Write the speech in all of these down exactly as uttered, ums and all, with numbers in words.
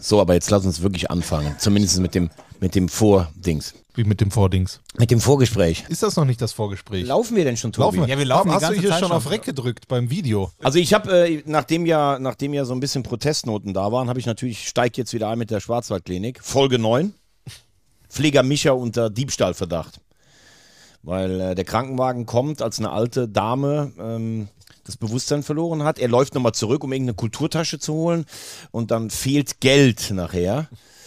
So, aber jetzt lass uns wirklich anfangen. Zumindest mit dem, mit dem Vordings. Wie mit dem Vordings? Mit dem Vorgespräch. Ist das noch nicht das Vorgespräch? Laufen wir denn schon, Tobi? Laufen wir? Ja, wir laufen Aber die hast ganze du hier Zeit schon schon auf Rec gedrückt beim Video? Also ich habe, äh, nachdem ja, nachdem ja so ein bisschen Protestnoten da waren, habe ich natürlich, steig jetzt wieder ein mit der Schwarzwaldklinik. Folge neun. Pfleger Micha unter Diebstahlverdacht. Weil äh, der Krankenwagen kommt, als eine alte Dame ähm, das Bewusstsein verloren hat. Er läuft nochmal zurück, um irgendeine Kulturtasche zu holen. Und dann fehlt Geld nachher.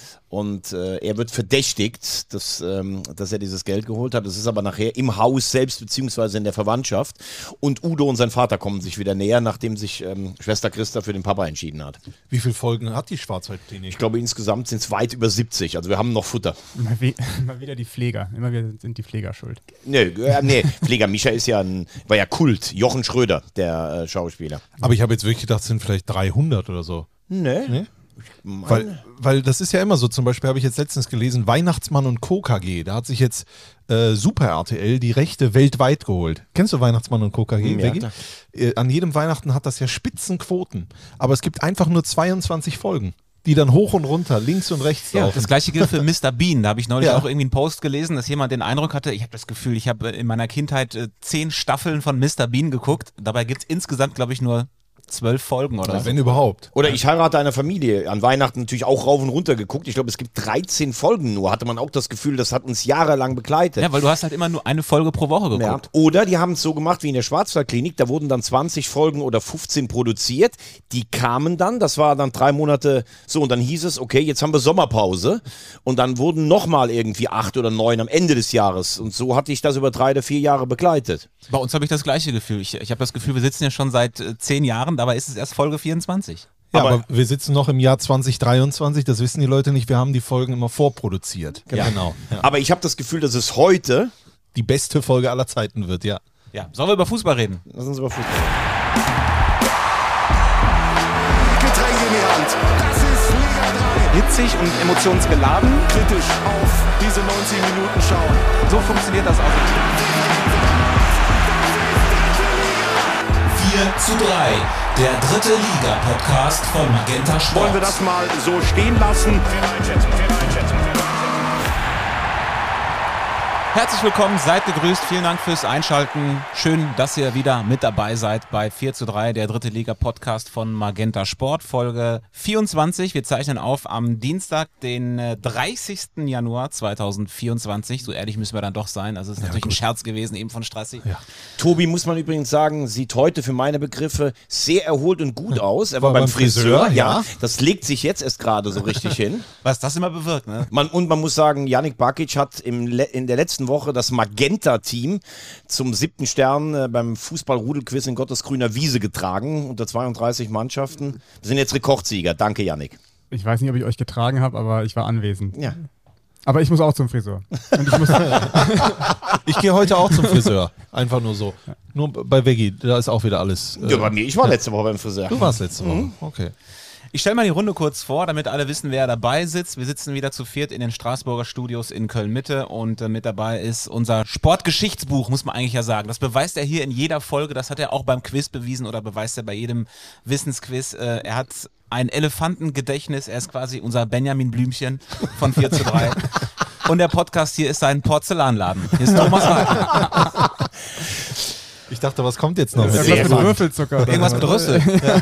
Und äh, er wird verdächtigt, dass, ähm, dass er dieses Geld geholt hat. Das ist aber nachher im Haus selbst, beziehungsweise in der Verwandtschaft. Und Udo und sein Vater kommen sich wieder näher, nachdem sich ähm, Schwester Christa für den Papa entschieden hat. Wie viele Folgen hat die Schwarzwaldklinik? Ich glaube, insgesamt sind es weit über siebzig. Also wir haben noch Futter. Immer, wie, immer wieder die Pfleger. Immer wieder sind die Pfleger schuld. Nee, äh, nee. Pfleger Micha ist ja ein, war ja Kult. Jochen Schröder, der äh, Schauspieler. Aber ich habe jetzt wirklich gedacht, es sind vielleicht dreihundert oder so. Nee. Nee? Weil, weil das ist ja immer so, zum Beispiel habe ich jetzt letztens gelesen, Weihnachtsmann und Co. K G, da hat sich jetzt äh, Super R T L die Rechte weltweit geholt. Kennst du Weihnachtsmann und Co. K G? Ja, klar. Äh, an jedem Weihnachten hat das ja Spitzenquoten, aber es gibt einfach nur zweiundzwanzig Folgen, die dann hoch und runter, links und rechts Ja, laufen. das gleiche gilt für Mister Bean. Da habe ich neulich Ja. auch irgendwie einen Post gelesen, dass jemand den Eindruck hatte, ich habe das Gefühl, ich habe in meiner Kindheit äh, zehn Staffeln von Mister Bean geguckt. Dabei gibt es insgesamt, glaube ich, nur zwölf Folgen oder so. Wenn überhaupt. Oder ich heirate eine Familie. An Weihnachten natürlich auch rauf und runter geguckt. Ich glaube, es gibt dreizehn Folgen nur. Hatte man auch das Gefühl, das hat uns jahrelang begleitet. Ja, weil du hast halt immer nur eine Folge pro Woche Ja. geguckt. Oder die haben es so gemacht wie in der Schwarzwaldklinik, da wurden dann zwanzig Folgen oder fünfzehn produziert, die kamen dann, das war dann drei Monate so und dann hieß es, okay, jetzt haben wir Sommerpause und dann wurden nochmal irgendwie acht oder neun am Ende des Jahres und so hatte ich das über drei oder vier Jahre begleitet. Bei uns habe ich das gleiche Gefühl. Ich, ich habe das Gefühl, wir sitzen ja schon seit äh, zehn Jahren, dabei ist es erst Folge vierundzwanzig. Ja, Aber- aber, wir sitzen noch im Jahr zwanzig dreiundzwanzig, das wissen die Leute nicht, wir haben die Folgen immer vorproduziert. Ja. Genau. Ja. Aber ich habe das Gefühl, dass es heute, Die beste Folge aller Zeiten wird, ja. Ja, sollen wir über Fußball reden? lass uns über Fußball. Getränke in die Hand. Das ist Liga drei. Hitzig und emotionsgeladen. Kritisch auf diese neunzig Minuten schauen. So funktioniert das auch. vier zu drei, der dritte Liga-Podcast von Magenta Sport. Wollen wir das mal so stehen lassen? Herzlich willkommen, seid gegrüßt, vielen Dank fürs Einschalten. Schön, dass ihr wieder mit dabei seid bei vier zu drei, der dritte Liga-Podcast von Magenta Sport, Folge vierundzwanzig. Wir zeichnen auf am Dienstag, den äh, dreißigsten Januar zweitausendvierundzwanzig. So ehrlich müssen wir dann doch sein. Also es ist natürlich ein Scherz gewesen, eben von Strassi. Ja. Tobi, muss man übrigens sagen, sieht heute für meine Begriffe sehr erholt und gut aus. Er war, War beim beim Friseur, Friseur, ja. ja. Das legt sich jetzt erst gerade so richtig hin. Was das immer bewirkt, ne? Man, und man muss sagen, Yannick Bakic hat im, Le- in der letzten Woche das Magenta-Team zum siebten Stern äh, beim Fußball-Rudelquiz in Gottes grüner Wiese getragen, unter zweiunddreißig Mannschaften. Wir sind jetzt Rekordsieger. Danke, Yannick. Ich weiß nicht, ob ich euch getragen habe, aber ich war anwesend. Ja. Aber ich muss auch zum Friseur. Und ich muss, Ich gehe heute auch zum Friseur. Einfach nur so. Nur bei Veggie, da ist auch wieder alles. Äh, Ja, bei mir, ich war letzte Woche beim Friseur. Du warst letzte Woche. Okay. Ich stelle mal die Runde kurz vor, damit alle wissen, wer dabei sitzt. Wir sitzen wieder zu viert in den Straßburger Studios in Köln-Mitte und äh, mit dabei ist unser Sportgeschichtsbuch, muss man eigentlich ja sagen. Das beweist er hier in jeder Folge, das hat er auch beim Quiz bewiesen oder beweist er bei jedem Wissensquiz. Äh, er hat ein Elefantengedächtnis, er ist quasi unser Benjamin Blümchen von vier zu drei. Und der Podcast hier ist sein Porzellanladen. Hier ist Thomas Wagner. Ich dachte, was kommt jetzt noch? irgendwas Mit mit Fragen? Würfelzucker. oder Irgendwas was? mit Rüssel.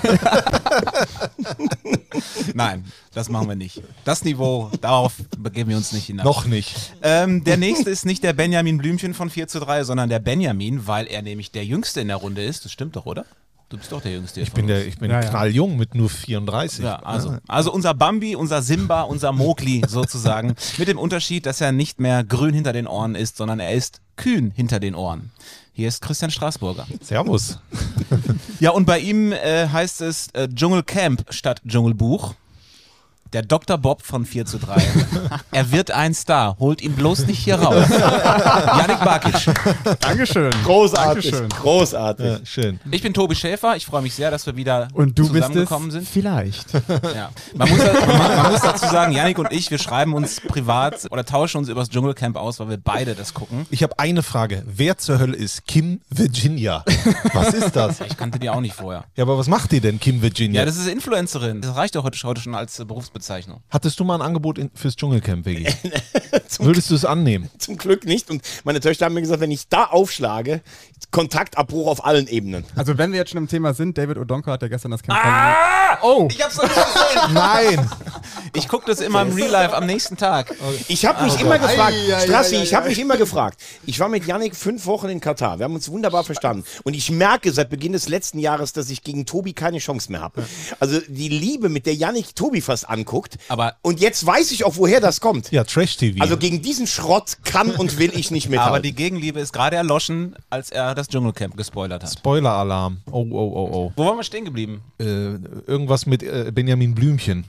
Nein, das machen wir nicht. Das Niveau, darauf begeben wir uns nicht hinaus. Noch nicht. Ähm, der nächste ist nicht der Benjamin Blümchen von vier zu drei, sondern der Benjamin, weil er nämlich der Jüngste in der Runde ist. Das stimmt doch, oder? Du bist doch der Jüngste. Ich bin, der, ich bin Ja, ja. knalljung mit nur vierunddreißig. Ja, also, also unser Bambi, unser Simba, unser Mowgli sozusagen. Mit dem Unterschied, dass er nicht mehr grün hinter den Ohren ist, sondern er ist kühn hinter den Ohren. Hier ist Christian Straßburger. Servus. Ja, und bei ihm äh, heißt es äh, Dschungelcamp statt Dschungelbuch. Der Doktor Bob von vier zu drei. Er wird ein Star. Holt ihn bloß nicht hier raus. Yannick Bakic. Dankeschön. Großartig. Dankeschön. Großartig. Ja, schön. Ich bin Tobi Schäfer. Ich freue mich sehr, dass wir wieder Und du bist es zusammengekommen sind. vielleicht. Ja. Man, muss, man, man muss dazu sagen, Yannick und ich, wir schreiben uns privat oder tauschen uns übers Dschungelcamp aus, weil wir beide das gucken. Ich habe eine Frage. Wer zur Hölle ist Kim Virginia? Was ist das? Ich kannte die auch nicht vorher. Ja, aber was macht die denn, Kim Virginia? Ja, das ist Influencerin. Das reicht doch heute, heute schon als äh, Berufsbezeichnung. Bezeichnung. Hattest du mal ein Angebot in, fürs Dschungelcamp, Vegi? Würdest du es annehmen? Zum Glück nicht. Und meine Töchter haben mir gesagt, wenn ich da aufschlage, Kontaktabbruch auf allen Ebenen. Also wenn wir jetzt schon im Thema sind, David Odonko hat ja gestern das Camp ah! Oh! Ich hab's noch nicht gesehen! Nein! Ich gucke das immer im Real Life am nächsten Tag. Ich habe mich Also, immer gefragt, ei, ei, Strassi, ei, ei, ich habe ei. mich immer gefragt. Ich war mit Yannick fünf Wochen in Katar. Wir haben uns wunderbar verstanden. Und ich merke seit Beginn des letzten Jahres, dass ich gegen Tobi keine Chance mehr habe. Also die Liebe, mit der Yannick Tobi fast anguckt. Aber und jetzt weiß ich auch, woher das kommt. Ja, Trash-T V. Also gegen diesen Schrott kann und will ich nicht mithalten. Aber die Gegenliebe ist gerade erloschen, als er das Dschungelcamp gespoilert hat. Spoiler-Alarm. Oh, oh, oh, oh. Wo waren wir stehen geblieben? Äh, irgendwas mit äh, Benjamin Blümchen.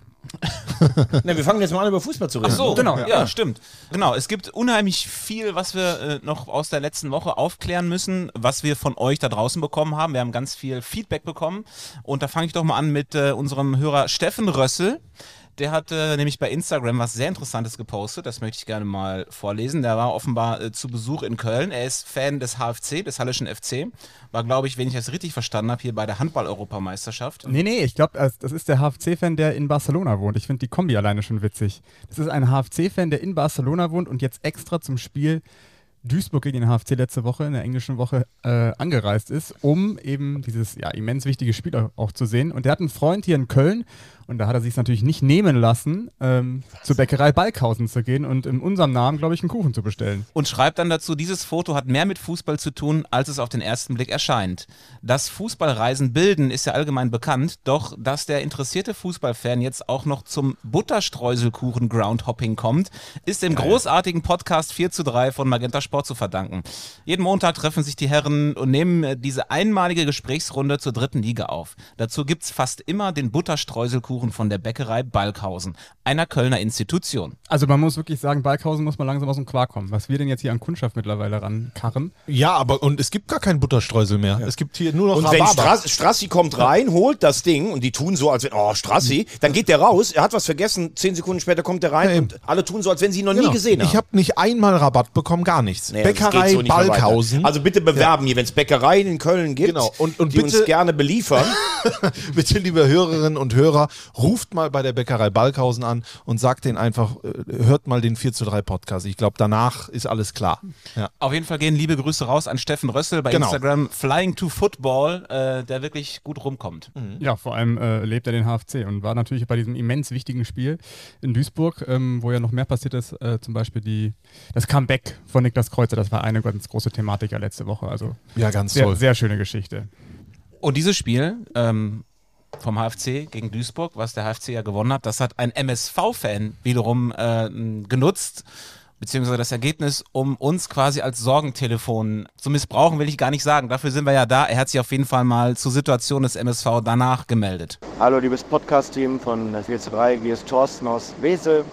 Na, wir fangen jetzt mal an, über Fußball zu reden. Ach so, Genau, ja, ja. stimmt. Genau, es gibt unheimlich viel, was wir äh, noch aus der letzten Woche aufklären müssen, was wir von euch da draußen bekommen haben. Wir haben ganz viel Feedback bekommen und da fange ich doch mal an mit äh, unserem Hörer Steffen Rössel. Der hat äh, nämlich bei Instagram was sehr Interessantes gepostet, das möchte ich gerne mal vorlesen. Der war offenbar äh, zu Besuch in Köln. Er ist Fan des H F C, des Hallischen F C. War, glaube ich, wenn ich das richtig verstanden habe, hier bei der Handball-Europameisterschaft. Nee, nee, ich glaube, das ist der H F C-Fan, der in Barcelona wohnt. Ich finde die Kombi alleine schon witzig. Das ist ein H F C-Fan, der in Barcelona wohnt und jetzt extra zum Spiel Duisburg gegen den H F C letzte Woche, in der englischen Woche, äh, angereist ist, um eben dieses ja, immens wichtige Spiel auch, auch zu sehen. Und der hat einen Freund hier in Köln und da hat er sich natürlich nicht nehmen lassen, ähm, zur Bäckerei Balkhausen zu gehen und in unserem Namen, glaube ich, einen Kuchen zu bestellen. Und schreibt dann dazu, dieses Foto hat mehr mit Fußball zu tun, als es auf den ersten Blick erscheint. Das Fußballreisen bilden ist ja allgemein bekannt, doch dass der interessierte Fußballfan jetzt auch noch zum Butterstreuselkuchen Groundhopping kommt, ist dem Geil. großartigen Podcast vier zu drei von Magenta Sport zu verdanken. Jeden Montag treffen sich die Herren und nehmen diese einmalige Gesprächsrunde zur dritten Liga auf. Dazu gibt's fast immer den Butterstreuselkuchen von der Bäckerei Balkhausen, einer Kölner Institution. Also man muss wirklich sagen, Balkhausen muss mal langsam aus dem Quark kommen. Was wir denn jetzt hier an Kundschaft mittlerweile rankarren. Ja, aber und es gibt gar keinen Butterstreusel mehr. Ja. Es gibt hier nur noch Und Rhabarber. wenn Strass, Strassi kommt rein, holt das Ding und die tun so, als wenn, oh, Strassi, dann geht der raus, er hat was vergessen, zehn Sekunden später kommt der rein Ja, und alle tun so, als wenn sie ihn noch Genau. nie gesehen haben. Ich habe nicht einmal Rabatt bekommen, gar nichts. Nee, das Bäckerei geht so nicht mehr Balkhausen. weiter. Also bitte bewerben hier, wenn es Bäckereien in Köln gibt, Genau. Und- und die bitte- uns gerne beliefern. Bitte, liebe Hörerinnen und Hörer, ruft mal bei der Bäckerei Balkhausen an und sagt denen einfach, äh, hört mal den vier zu drei Podcast. Ich glaube, danach ist alles klar. Ja. Auf jeden Fall gehen liebe Grüße raus an Steffen Rössel bei Genau. Instagram, Flying to Football, äh, der wirklich gut rumkommt. Ja, vor allem äh, lebt er den H F C und war natürlich bei diesem immens wichtigen Spiel in Duisburg, ähm, wo ja noch mehr passiert ist, äh, zum Beispiel die, das Comeback von Niklas Kreuzer, das war eine ganz große Thematik ja letzte Woche, also Ja, ganz sehr, toll. sehr schöne Geschichte. Und dieses Spiel ähm, vom H F C gegen Duisburg, was der H F C ja gewonnen hat, das hat ein M S V-Fan wiederum äh, genutzt, beziehungsweise das Ergebnis, um uns quasi als Sorgentelefon zu missbrauchen, will ich gar nicht sagen. Dafür sind wir ja da. Er hat sich auf jeden Fall mal zur Situation des M S V danach gemeldet. Hallo liebes Podcast-Team von vier zu drei, hier ist Thorsten aus Wesel.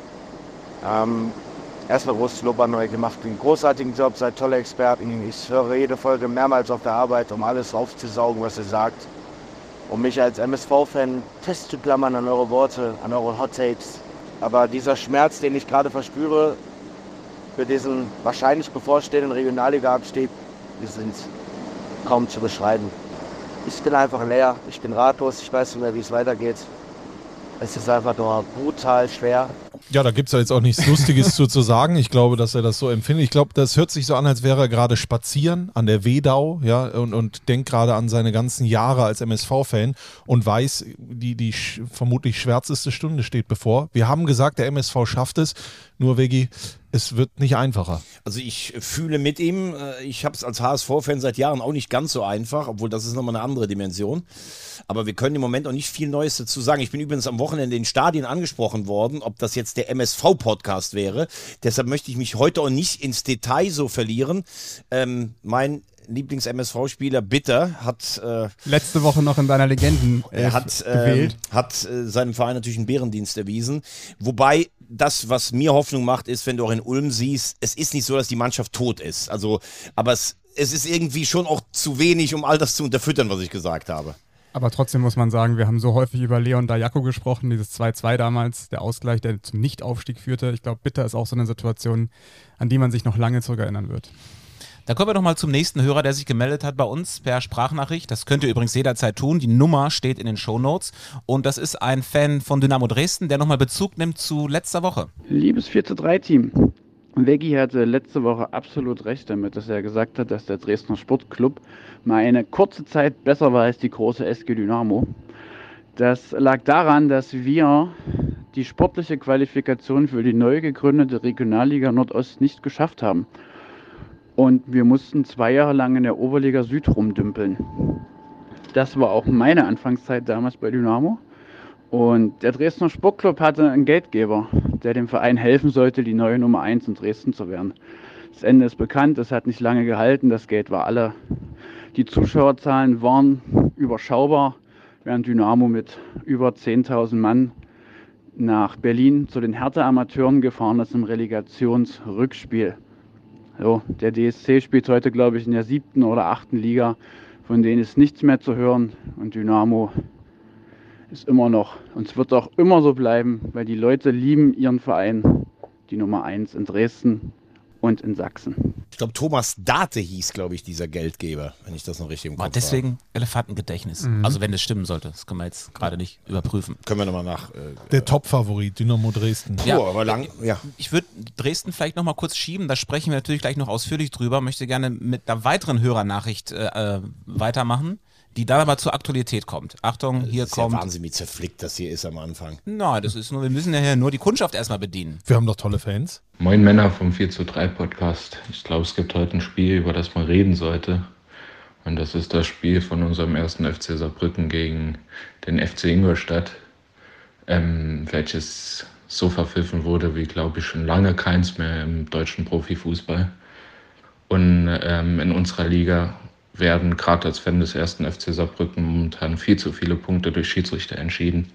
Ähm, erstmal großes Lob an euch, ihr macht einen großartigen Job, seid tolle Experten. Ich höre jede Folge mehrmals auf der Arbeit, um alles aufzusaugen, was ihr sagt. Um mich als M S V-Fan festzuklammern an eure Worte, an eure Hot Takes. Aber dieser Schmerz, den ich gerade verspüre, für diesen wahrscheinlich bevorstehenden Regionalliga-Abstieg, die sind kaum zu beschreiben. Ich bin einfach leer, ich bin ratlos, ich weiß nicht mehr, wie es weitergeht. Es ist einfach nur brutal schwer. Ja, da gibt es ja jetzt auch nichts Lustiges zu, zu sagen. Ich glaube, dass er das so empfindet. Ich glaube, das hört sich so an, als wäre er gerade spazieren an der Wedau, ja, und, und denkt gerade an seine ganzen Jahre als M S V-Fan und weiß, die, die sch- vermutlich schwärzeste Stunde steht bevor. Wir haben gesagt, der M S V schafft es, nur Vegi, es wird nicht einfacher. Also ich fühle mit ihm, äh, ich habe es als H S V-Fan seit Jahren auch nicht ganz so einfach, obwohl das ist nochmal eine andere Dimension. Aber wir können im Moment auch nicht viel Neues dazu sagen. Ich bin übrigens am Wochenende in Stadien angesprochen worden, ob das jetzt der M S V-Podcast wäre. Deshalb möchte ich mich heute auch nicht ins Detail so verlieren. Ähm, mein Lieblings-M S V-Spieler Bitter hat äh, Letzte Woche noch in deiner Legenden äh, er hat, gewählt. ähm, hat äh, seinem Verein natürlich einen Bärendienst erwiesen. Wobei das, was mir Hoffnung macht, ist, wenn du auch in Ulm siehst, es ist nicht so, dass die Mannschaft tot ist. Also, aber es, es ist irgendwie schon auch zu wenig, um all das zu unterfüttern, was ich gesagt habe. Aber trotzdem muss man sagen, wir haben so häufig über Leon Dayako gesprochen, dieses zwei zwei damals, der Ausgleich, der zum Nichtaufstieg führte. Ich glaube, Bitter ist auch so eine Situation, an die man sich noch lange zurückerinnern wird. Da kommen wir doch mal zum nächsten Hörer, der sich gemeldet hat bei uns per Sprachnachricht. Das könnt ihr übrigens jederzeit tun. Die Nummer steht in den Shownotes. Und das ist ein Fan von Dynamo Dresden, der nochmal Bezug nimmt zu letzter Woche. Liebes vier zu drei Team, Veggi hatte letzte Woche absolut recht damit, dass er gesagt hat, dass der Dresdner Sportclub mal eine kurze Zeit besser war als die große S G Dynamo. Das lag daran, dass wir die sportliche Qualifikation für die neu gegründete Regionalliga Nordost nicht geschafft haben. Und wir mussten zwei Jahre lang in der Oberliga Süd rumdümpeln. Das war auch meine Anfangszeit damals bei Dynamo. Und der Dresdner Sportclub hatte einen Geldgeber, der dem Verein helfen sollte, die neue Nummer eins in Dresden zu werden. Das Ende ist bekannt, es hat nicht lange gehalten, das Geld war alle. Die Zuschauerzahlen waren überschaubar, während Dynamo mit über zehntausend Mann nach Berlin zu den Hertha-Amateuren gefahren ist im Relegationsrückspiel. So, der D S C spielt heute, glaube ich, in der siebten oder achten Liga, von denen ist nichts mehr zu hören. Und Dynamo ist immer noch, und es wird auch immer so bleiben, weil die Leute lieben ihren Verein, die Nummer eins in Dresden und in Sachsen. Ich glaube, Thomas Date hieß, glaube ich, dieser Geldgeber, wenn ich das noch richtig im Kopf habe. Deswegen Elefantengedächtnis. Mhm. Also wenn es stimmen sollte, das können wir jetzt gerade nicht überprüfen. Können wir nochmal nach... Äh, Der Top-Favorit, Dynamo Dresden. Ja, oh, aber lang, ja. Ich würde Dresden vielleicht nochmal kurz schieben, da sprechen wir natürlich gleich noch ausführlich drüber, möchte gerne mit einer weiteren Hörernachricht äh, weitermachen, die dann aber zur Aktualität kommt. Achtung, hier das ist kommt... Ja Wahnsinn, wie zerflickt das hier ist am Anfang. Nein, das ist nur, wir müssen ja hier nur die Kundschaft erstmal bedienen. Wir haben doch tolle Fans. Moin Männer vom vier zu drei Podcast. Ich glaube, es gibt heute ein Spiel, über das man reden sollte. Und das ist das Spiel von unserem ersten F C Saarbrücken gegen den F C Ingolstadt, ähm, welches so verpfiffen wurde wie, glaube ich, schon lange keins mehr im deutschen Profifußball. Und ähm, in unserer Liga werden gerade als Fan des ersten F C Saarbrücken momentan viel zu viele Punkte durch Schiedsrichter entschieden.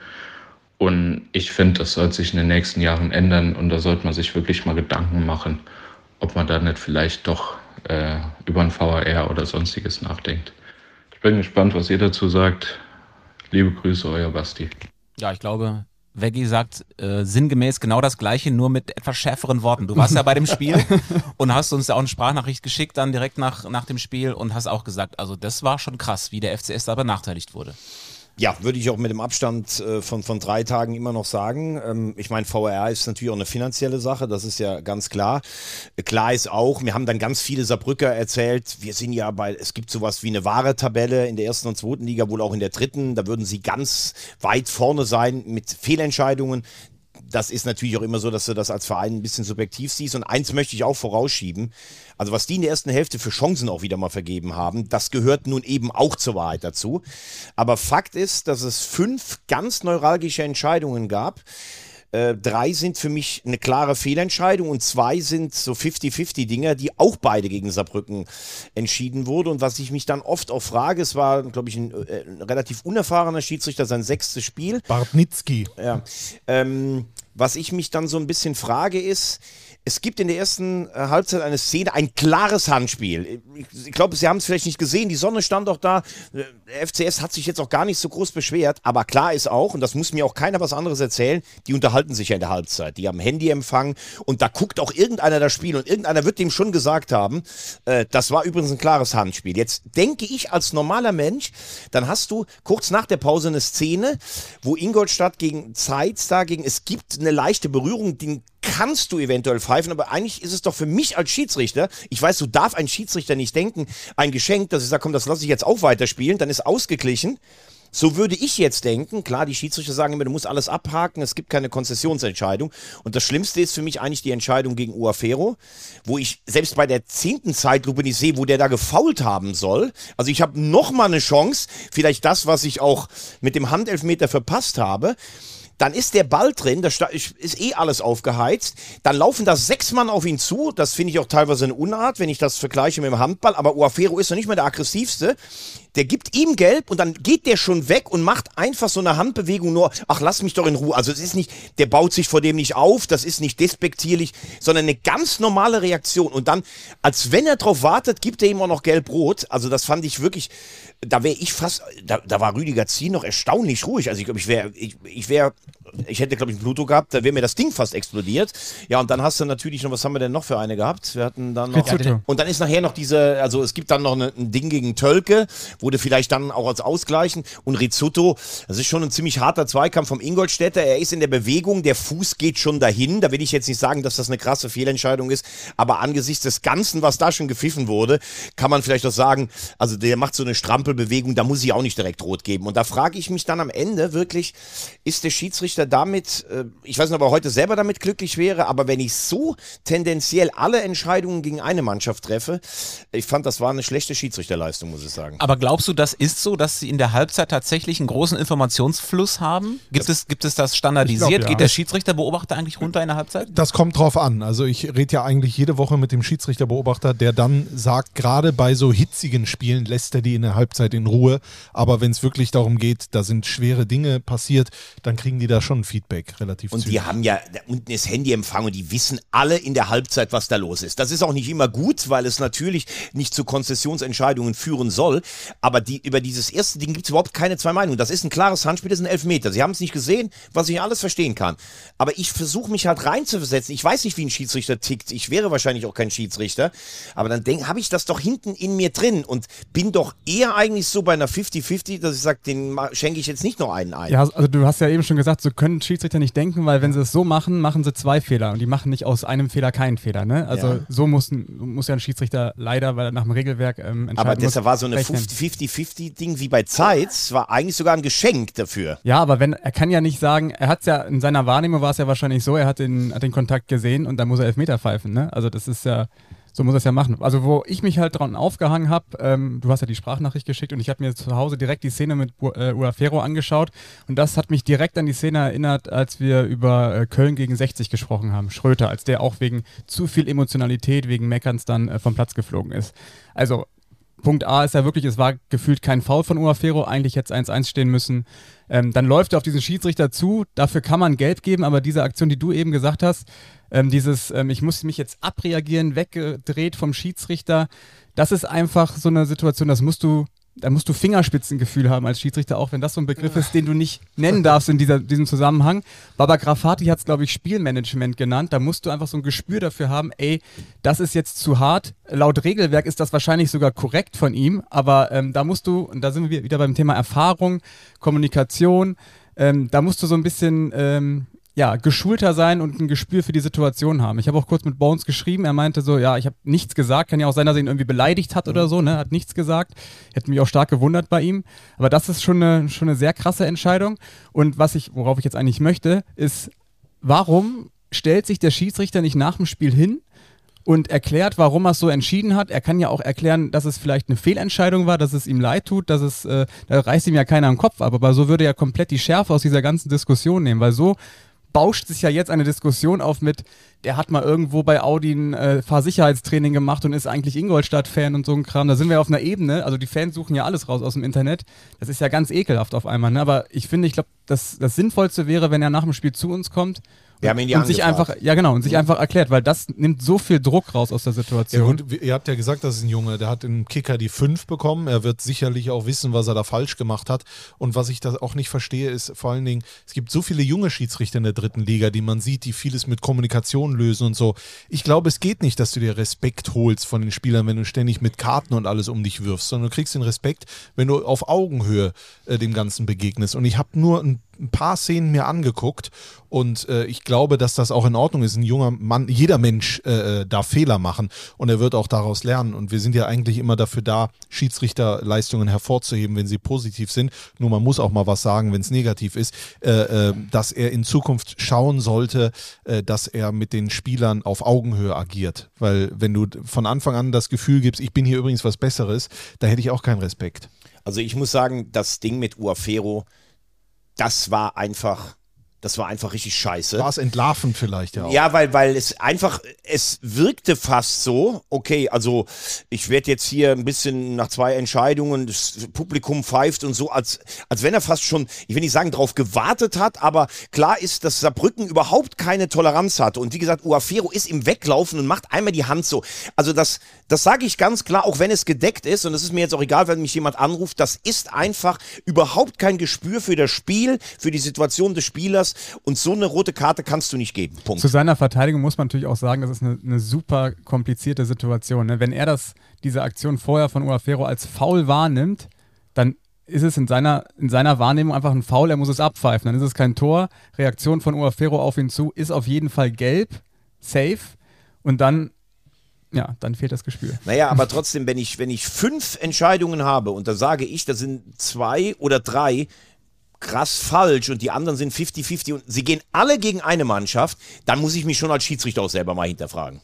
Und ich finde, das soll sich in den nächsten Jahren ändern und da sollte man sich wirklich mal Gedanken machen, ob man da nicht vielleicht doch äh, über ein V A R oder sonstiges nachdenkt. Ich bin gespannt, was ihr dazu sagt. Liebe Grüße, euer Basti. Ja, ich glaube, Veggi sagt äh, sinngemäß genau das Gleiche, nur mit etwas schärferen Worten. Du warst ja bei dem Spiel und hast uns ja auch eine Sprachnachricht geschickt dann direkt nach, nach dem Spiel und hast auch gesagt, also das war schon krass, wie der F C S da benachteiligt wurde. Ja, würde ich auch mit dem Abstand äh, von, von drei Tagen immer noch sagen. Ähm, ich meine, V A R ist natürlich auch eine finanzielle Sache, das ist ja ganz klar. Äh, klar ist auch, mir haben dann ganz viele Saarbrücker erzählt, wir sind ja bei, es gibt sowas wie eine wahre Tabelle in der ersten und zweiten Liga, wohl auch in der dritten, da würden sie ganz weit vorne sein mit Fehlentscheidungen. Das ist natürlich auch immer so, dass du das als Verein ein bisschen subjektiv siehst. Und eins möchte ich auch vorausschieben. Also was die in der ersten Hälfte für Chancen auch wieder mal vergeben haben, das gehört nun eben auch zur Wahrheit dazu. Aber Fakt ist, dass es fünf ganz neuralgische Entscheidungen gab. Äh, drei sind für mich eine klare Fehlentscheidung und zwei sind so fünfzig fünfzig Dinger, die auch beide gegen Saarbrücken entschieden wurden. Und was ich mich dann oft auch frage, es war, glaube ich, ein, äh, ein relativ unerfahrener Schiedsrichter, sein sechstes Spiel. Bartnitzki. Ja. Ähm, was ich mich dann so ein bisschen frage ist, es gibt in der ersten äh, Halbzeit eine Szene, ein klares Handspiel. Ich, ich glaube, Sie haben es vielleicht nicht gesehen, die Sonne stand auch da. Der F C S hat sich jetzt auch gar nicht so groß beschwert, aber klar ist auch, und das muss mir auch keiner was anderes erzählen, die unterhalten sich ja in der Halbzeit. Die haben Handyempfang und da guckt auch irgendeiner das Spiel und irgendeiner wird dem schon gesagt haben, äh, das war übrigens ein klares Handspiel. Jetzt denke ich als normaler Mensch, dann hast du kurz nach der Pause eine Szene, wo Ingolstadt gegen Zeitz dagegen, es gibt eine leichte Berührung, den kannst du eventuell pfeifen, aber eigentlich ist es doch für mich als Schiedsrichter, ich weiß, so darf ein Schiedsrichter nicht denken, ein Geschenk, dass ich sage, komm, das lasse ich jetzt auch weiterspielen, dann ist ausgeglichen. So würde ich jetzt denken, klar, die Schiedsrichter sagen immer, du musst alles abhaken, es gibt keine Konzessionsentscheidung. Und das Schlimmste ist für mich eigentlich die Entscheidung gegen Uafero, wo ich selbst bei der zehnten Zeitlupe nicht sehe, wo der da gefoult haben soll. Also ich habe nochmal eine Chance, vielleicht das, was ich auch mit dem Handelfmeter verpasst habe. Dann ist der Ball drin, da ist eh alles aufgeheizt. Dann laufen da sechs Mann auf ihn zu. Das finde ich auch teilweise eine Unart, wenn ich das vergleiche mit dem Handball. Aber Uafero ist noch nicht mehr der aggressivste. Der gibt ihm gelb und dann geht der schon weg und macht einfach so eine Handbewegung nur, ach, lass mich doch in Ruhe. Also es ist nicht, der baut sich vor dem nicht auf, das ist nicht despektierlich, sondern eine ganz normale Reaktion. Und dann, als wenn er drauf wartet, gibt er ihm auch noch gelb-rot. Also das fand ich wirklich, da wäre ich fast, da, da war Rüdiger Zien noch erstaunlich ruhig. Also ich glaube, ich wäre ich, ich wär ich hätte, glaube ich, ein Bluto gehabt, da wäre mir das Ding fast explodiert. Ja, und dann hast du natürlich noch, was haben wir denn noch für eine gehabt? Wir hatten dann noch... Rizzuto. Und dann ist nachher noch diese, also es gibt dann noch eine, ein Ding gegen Tölke, wurde vielleicht dann auch als Ausgleichen. Und Rizzuto, das ist schon ein ziemlich harter Zweikampf vom Ingolstädter. Er ist in der Bewegung, der Fuß geht schon dahin. Da will ich jetzt nicht sagen, dass das eine krasse Fehlentscheidung ist, aber angesichts des Ganzen, was da schon gepfiffen wurde, kann man vielleicht auch sagen, also der macht so eine Strampelbewegung, da muss ich auch nicht direkt rot geben. Und da frage ich mich dann am Ende wirklich, ist der Schiedsrichter damit, äh, ich weiß nicht, ob er heute selber damit glücklich wäre, aber wenn ich so tendenziell alle Entscheidungen gegen eine Mannschaft treffe, ich fand, das war eine schlechte Schiedsrichterleistung, muss ich sagen. Aber glaubst du, das ist so, dass sie in der Halbzeit tatsächlich einen großen Informationsfluss haben? Gibt, das, es, gibt es das standardisiert? Ich glaub, ja. Geht der Schiedsrichterbeobachter eigentlich runter in der Halbzeit? Das kommt drauf an. Also ich rede ja eigentlich jede Woche mit dem Schiedsrichterbeobachter, der dann sagt, gerade bei so hitzigen Spielen lässt er die in der Halbzeit in Ruhe. Aber wenn es wirklich darum geht, da sind schwere Dinge passiert, dann kriegen die da schon Feedback relativ Und zügig. die haben ja, da unten ist Handyempfang und die wissen alle in der Halbzeit, was da los ist. Das ist auch nicht immer gut, weil es natürlich nicht zu Konzessionsentscheidungen führen soll. Aber die, über dieses erste Ding gibt es überhaupt keine zwei Meinungen. Das ist ein klares Handspiel, das ist ein Elfmeter. Sie haben es nicht gesehen, was ich alles verstehen kann. Aber ich versuche mich halt reinzuversetzen. Ich weiß nicht, wie ein Schiedsrichter tickt. Ich wäre wahrscheinlich auch kein Schiedsrichter. Aber dann habe ich das doch hinten in mir drin und bin doch eher eigentlich so bei einer fünfzig fünfzig, dass ich sage, den schenke ich jetzt nicht noch einen ein. Ja, also du hast ja eben schon gesagt, so können Schiedsrichter nicht denken, weil wenn sie es so machen, machen sie zwei Fehler und die machen nicht aus einem Fehler keinen Fehler. Ne? Also Ja. so muss, muss ja ein Schiedsrichter leider, weil er nach dem Regelwerk ähm, entscheiden Aber muss, deshalb war so eine rechnen. fünfzig fünfzig Ding wie bei Zeitz, war eigentlich sogar ein Geschenk dafür. Ja, aber wenn er kann ja nicht sagen, er hat es ja in seiner Wahrnehmung war es ja wahrscheinlich so, er hat den, hat den Kontakt gesehen und dann muss er Elfmeter pfeifen. Ne? Also das ist ja, so muss er es ja machen. Also wo ich mich halt dran aufgehangen habe, ähm, du hast ja die Sprachnachricht geschickt und ich habe mir zu Hause direkt die Szene mit äh, Uafero angeschaut und das hat mich direkt an die Szene erinnert, als wir über äh, Köln gegen sechzig gesprochen haben, Schröter, als der auch wegen zu viel Emotionalität, wegen Meckerns dann äh, vom Platz geflogen ist. Also Punkt A ist ja wirklich, es war gefühlt kein Foul von Uafero, eigentlich hätte es eins eins stehen müssen. Ähm, dann läuft er auf diesen Schiedsrichter zu, dafür kann man gelb geben, aber diese Aktion, die du eben gesagt hast, ähm, dieses, ähm, ich muss mich jetzt abreagieren, weggedreht vom Schiedsrichter, das ist einfach so eine Situation, das musst du, da musst du Fingerspitzengefühl haben als Schiedsrichter, auch wenn das so ein Begriff ist, den du nicht nennen darfst in dieser, diesem Zusammenhang. Baba Grafati hat es, glaube ich, Spielmanagement genannt. Da musst du einfach so ein Gespür dafür haben, ey, das ist jetzt zu hart. Laut Regelwerk ist das wahrscheinlich sogar korrekt von ihm, aber ähm, da musst du, und da sind wir wieder beim Thema Erfahrung, Kommunikation, ähm, da musst du so ein bisschen... Ähm, ja, geschulter sein und ein Gespür für die Situation haben. Ich habe auch kurz mit Bones geschrieben, er meinte so, ja, ich habe nichts gesagt, kann ja auch sein, dass er ihn irgendwie beleidigt hat oder so, ne, hat nichts gesagt. Hätte mich auch stark gewundert bei ihm, aber das ist schon eine, schon eine sehr krasse Entscheidung und was ich, worauf ich jetzt eigentlich möchte, ist, warum stellt sich der Schiedsrichter nicht nach dem Spiel hin und erklärt, warum er es so entschieden hat. Er kann ja auch erklären, dass es vielleicht eine Fehlentscheidung war, dass es ihm leid tut, dass es, äh, da reißt ihm ja keiner am Kopf ab, aber so würde er komplett die Schärfe aus dieser ganzen Diskussion nehmen, weil so bauscht sich ja jetzt eine Diskussion auf mit, der hat mal irgendwo bei Audi ein äh, Fahrsicherheitstraining gemacht und ist eigentlich Ingolstadt-Fan und so ein Kram. Da sind wir auf einer Ebene, also die Fans suchen ja alles raus aus dem Internet. Das ist ja ganz ekelhaft auf einmal. Ne? Aber ich finde, ich glaube, das, das Sinnvollste wäre, wenn er nach dem Spiel zu uns kommt Wir haben ihn ja und sich angefragt. einfach, ja genau, und sich einfach erklärt, weil das nimmt so viel Druck raus aus der Ja, Situation. und ihr habt ja gesagt, das ist ein Junge, der hat im Kicker die fünf bekommen. Er wird sicherlich auch wissen, was er da falsch gemacht hat. Und was ich da auch nicht verstehe, ist vor allen Dingen, es gibt so viele junge Schiedsrichter in der dritten Liga, die man sieht, die vieles mit Kommunikation lösen und so. Ich glaube, es geht nicht, dass du dir Respekt holst von den Spielern, wenn du ständig mit Karten und alles um dich wirfst, sondern du kriegst den Respekt, wenn du auf Augenhöhe äh, dem Ganzen begegnest. Und ich habe nur ein ein paar Szenen mir angeguckt und äh, ich glaube, dass das auch in Ordnung ist. Ein junger Mann, jeder Mensch äh, darf Fehler machen und er wird auch daraus lernen. Und wir sind ja eigentlich immer dafür da, Schiedsrichterleistungen hervorzuheben, wenn sie positiv sind. Nur man muss auch mal was sagen, wenn es negativ ist, äh, äh, dass er in Zukunft schauen sollte, äh, dass er mit den Spielern auf Augenhöhe agiert. Weil wenn du von Anfang an das Gefühl gibst, ich bin hier übrigens was Besseres, da hätte ich auch keinen Respekt. Also ich muss sagen, das Ding mit Uafero, das war einfach, das war einfach richtig scheiße. War es entlarvend vielleicht ja auch. Ja, weil, weil es einfach, es wirkte fast so, okay, also ich werde jetzt hier ein bisschen nach zwei Entscheidungen, das Publikum pfeift und so, als, als wenn er fast schon, ich will nicht sagen, drauf gewartet hat, aber klar ist, dass Saarbrücken überhaupt keine Toleranz hatte. Und wie gesagt, Uafero ist im Weglaufen und macht einmal die Hand so. Also das, das sage ich ganz klar, auch wenn es gedeckt ist, und es ist mir jetzt auch egal, wenn mich jemand anruft, das ist einfach überhaupt kein Gespür für das Spiel, für die Situation des Spielers. anders. Und so eine rote Karte kannst du nicht geben. Punkt. Zu seiner Verteidigung muss man natürlich auch sagen, das ist eine, eine super komplizierte Situation. Ne? Wenn er das, diese Aktion vorher von Uafero als Foul wahrnimmt, dann ist es in seiner, in seiner Wahrnehmung einfach ein Foul, er muss es abpfeifen. Dann ist es kein Tor. Reaktion von Uafero auf ihn zu ist auf jeden Fall gelb, safe. Und dann, ja, dann fehlt das Gespür. Naja, aber trotzdem, wenn ich, wenn ich fünf Entscheidungen habe und da sage ich, da sind zwei oder drei krass falsch und die anderen sind fünfzig fünfzig und sie gehen alle gegen eine Mannschaft, dann muss ich mich schon als Schiedsrichter auch selber mal hinterfragen.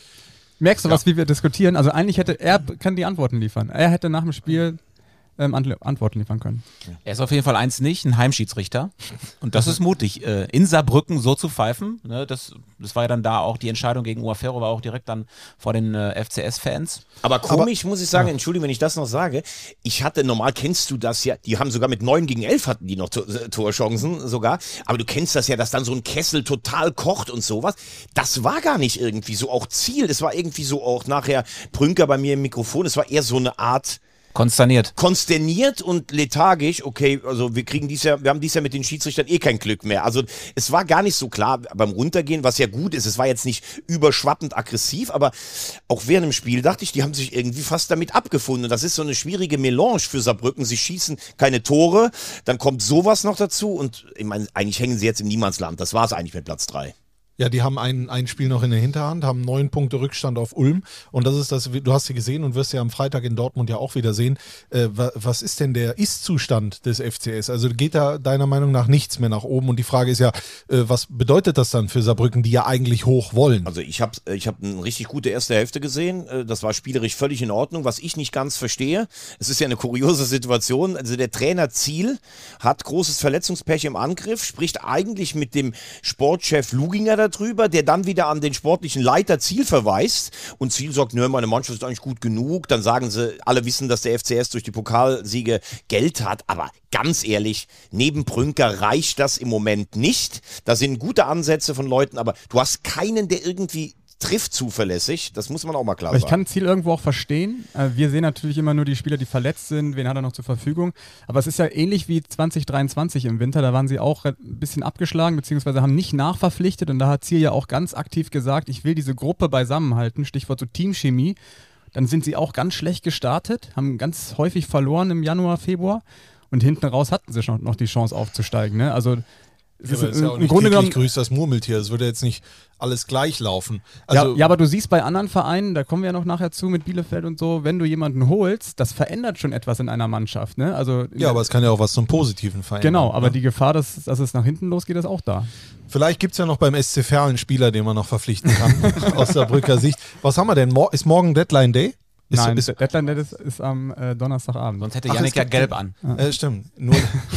Merkst du Ja. was, wie wir diskutieren? Also eigentlich hätte, er kann die Antworten liefern. Er hätte nach dem Spiel ähm, Antworten liefern können. Er ist auf jeden Fall eins nicht, ein Heimschiedsrichter. Und das ist mutig. Äh, in Saarbrücken so zu pfeifen, ne, das, das war ja dann da auch, die Entscheidung gegen Uafero war auch direkt dann vor den äh, F C S-Fans. Aber komisch, muss ich sagen, ja. Entschuldigung, wenn ich das noch sage, ich hatte, normal kennst du das ja, die haben sogar mit neun gegen elf hatten die noch Tor, Torchancen sogar, aber du kennst das ja, dass dann so ein Kessel total kocht und sowas. Das war gar nicht irgendwie so auch Ziel, es war irgendwie so auch nachher Prünker bei mir im Mikrofon, es war eher so eine Art... Konsterniert. Konsterniert und lethargisch, okay, also wir kriegen dies Jahr, wir haben dies Jahr mit den Schiedsrichtern eh kein Glück mehr. Also es war gar nicht so klar beim Runtergehen, was ja gut ist, es war jetzt nicht überschwappend aggressiv, aber auch während dem Spiel dachte ich, die haben sich irgendwie fast damit abgefunden. Und das ist so eine schwierige Melange für Saarbrücken. Sie schießen keine Tore, dann kommt sowas noch dazu und ich meine, eigentlich hängen sie jetzt im Niemandsland. Das war es eigentlich mit Platz drei. Ja, die haben ein, ein Spiel noch in der Hinterhand, haben neun Punkte Rückstand auf Ulm und das ist das, du hast sie gesehen und wirst ja am Freitag in Dortmund ja auch wieder sehen, äh, was ist denn der Ist-Zustand des F C S? Also geht da deiner Meinung nach nichts mehr nach oben und die Frage ist ja, äh, was bedeutet das dann für Saarbrücken, die ja eigentlich hoch wollen? Also ich habe ich hab eine richtig gute erste Hälfte gesehen, das war spielerisch völlig in Ordnung, was ich nicht ganz verstehe, es ist ja eine kuriose Situation, also der Trainer Ziel hat großes Verletzungspech im Angriff, spricht eigentlich mit dem Sportchef Luginger da drüber, der dann wieder an den sportlichen Leiter Ziel verweist und Ziel sagt, nö, meine Mannschaft ist eigentlich gut genug, dann sagen sie, alle wissen, dass der F C S durch die Pokalsiege Geld hat, aber ganz ehrlich, neben Prünker reicht das im Moment nicht, da sind gute Ansätze von Leuten, aber du hast keinen, der irgendwie trifft zuverlässig, das muss man auch mal klar aber sagen. Ich kann Ziel irgendwo auch verstehen. Wir sehen natürlich immer nur die Spieler, die verletzt sind, wen hat er noch zur Verfügung. Aber es ist ja ähnlich wie zwanzig dreiundzwanzig im Winter, da waren sie auch ein bisschen abgeschlagen, beziehungsweise haben nicht nachverpflichtet und da hat Ziel ja auch ganz aktiv gesagt, ich will diese Gruppe beisammenhalten, Stichwort so Teamchemie. Dann sind sie auch ganz schlecht gestartet, haben ganz häufig verloren im Januar, Februar und hinten raus hatten sie schon noch die Chance aufzusteigen. Ne? Also es ist, ja, ist ja auch im Grunde genommen grüßt das Murmeltier, es würde jetzt nicht alles gleich laufen. Also ja, ja, aber du siehst bei anderen Vereinen, da kommen wir ja noch nachher zu mit Bielefeld und so, wenn du jemanden holst, das verändert schon etwas in einer Mannschaft. Ne? Also, ja, aber es kann ja auch was zum Positiven verändern. Genau, aber ne? die Gefahr, dass, dass es nach hinten losgeht, ist auch da. Vielleicht gibt es ja noch beim S C Verl einen Spieler, den man noch verpflichten kann, aus der Brücker Sicht. Was haben wir denn? Ist morgen Deadline Day? Ist, Nein, ist, Deadline Day ist, ist am äh, Donnerstagabend. Sonst hätte Jannik ja gelb an. Ja. Äh, stimmt. Nur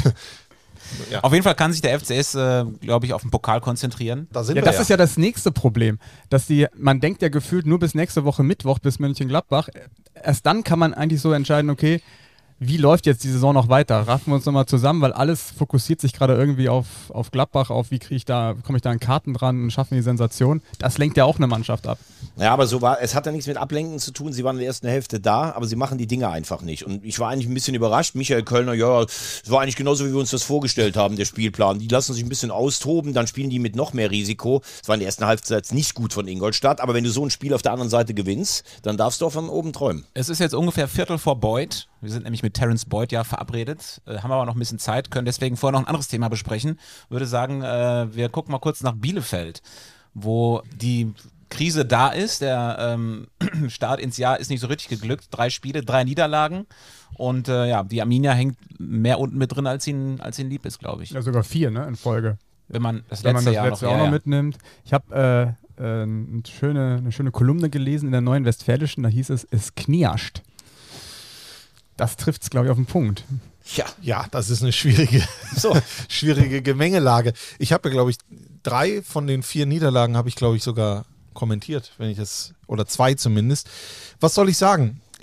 Ja. Auf jeden Fall kann sich der F C S, äh, glaube ich, auf den Pokal konzentrieren. Da sind ja, das ja. ist ja das nächste Problem. Dass die, man denkt ja gefühlt nur bis nächste Woche Mittwoch, bis Mönchengladbach. Erst dann kann man eigentlich so entscheiden, okay, wie läuft jetzt die Saison noch weiter? Raffen wir uns nochmal zusammen, weil alles fokussiert sich gerade irgendwie auf, auf Gladbach, auf wie kriege ich da, komme ich da an Karten dran und schaffen die Sensation. Das lenkt ja auch eine Mannschaft ab. Ja, aber so war, es hat ja nichts mit Ablenken zu tun. Sie waren in der ersten Hälfte da, aber sie machen die Dinge einfach nicht. Und ich war eigentlich ein bisschen überrascht. Michael Kölner, ja, es war eigentlich genauso, wie wir uns das vorgestellt haben, der Spielplan. Die lassen sich ein bisschen austoben, dann spielen die mit noch mehr Risiko. Es war in der ersten Halbzeit nicht gut von Ingolstadt, aber wenn du so ein Spiel auf der anderen Seite gewinnst, dann darfst du auch von oben träumen. Es ist jetzt ungefähr Viertel vor Boyd. Wir sind nämlich mit Terence Boyd ja verabredet, äh, haben aber noch ein bisschen Zeit, können deswegen vorher noch ein anderes Thema besprechen. Würde sagen, äh, wir gucken mal kurz nach Bielefeld, wo die Krise da ist. Der ähm, Start ins Jahr ist nicht so richtig geglückt. Drei Spiele, drei Niederlagen und äh, ja, die Arminia hängt mehr unten mit drin, als ihnen, als ihnen lieb ist, glaube ich. Ja, sogar vier, ne, in Folge. Wenn man das letzte, Wenn man das Jahr letzte noch, auch ja, noch ja. mitnimmt. Ich habe äh, äh, eine, schöne, eine schöne Kolumne gelesen in der Neuen Westfälischen, da hieß es, es knirscht. Das trifft es, glaube ich, auf den Punkt. Ja, ja, das ist eine schwierige, so. schwierige Gemengelage. Ich habe ja, glaube ich, drei von den vier Niederlagen habe ich, glaube ich, sogar kommentiert, wenn ich das, oder zwei zumindest. Was soll ich sagen? Ich habe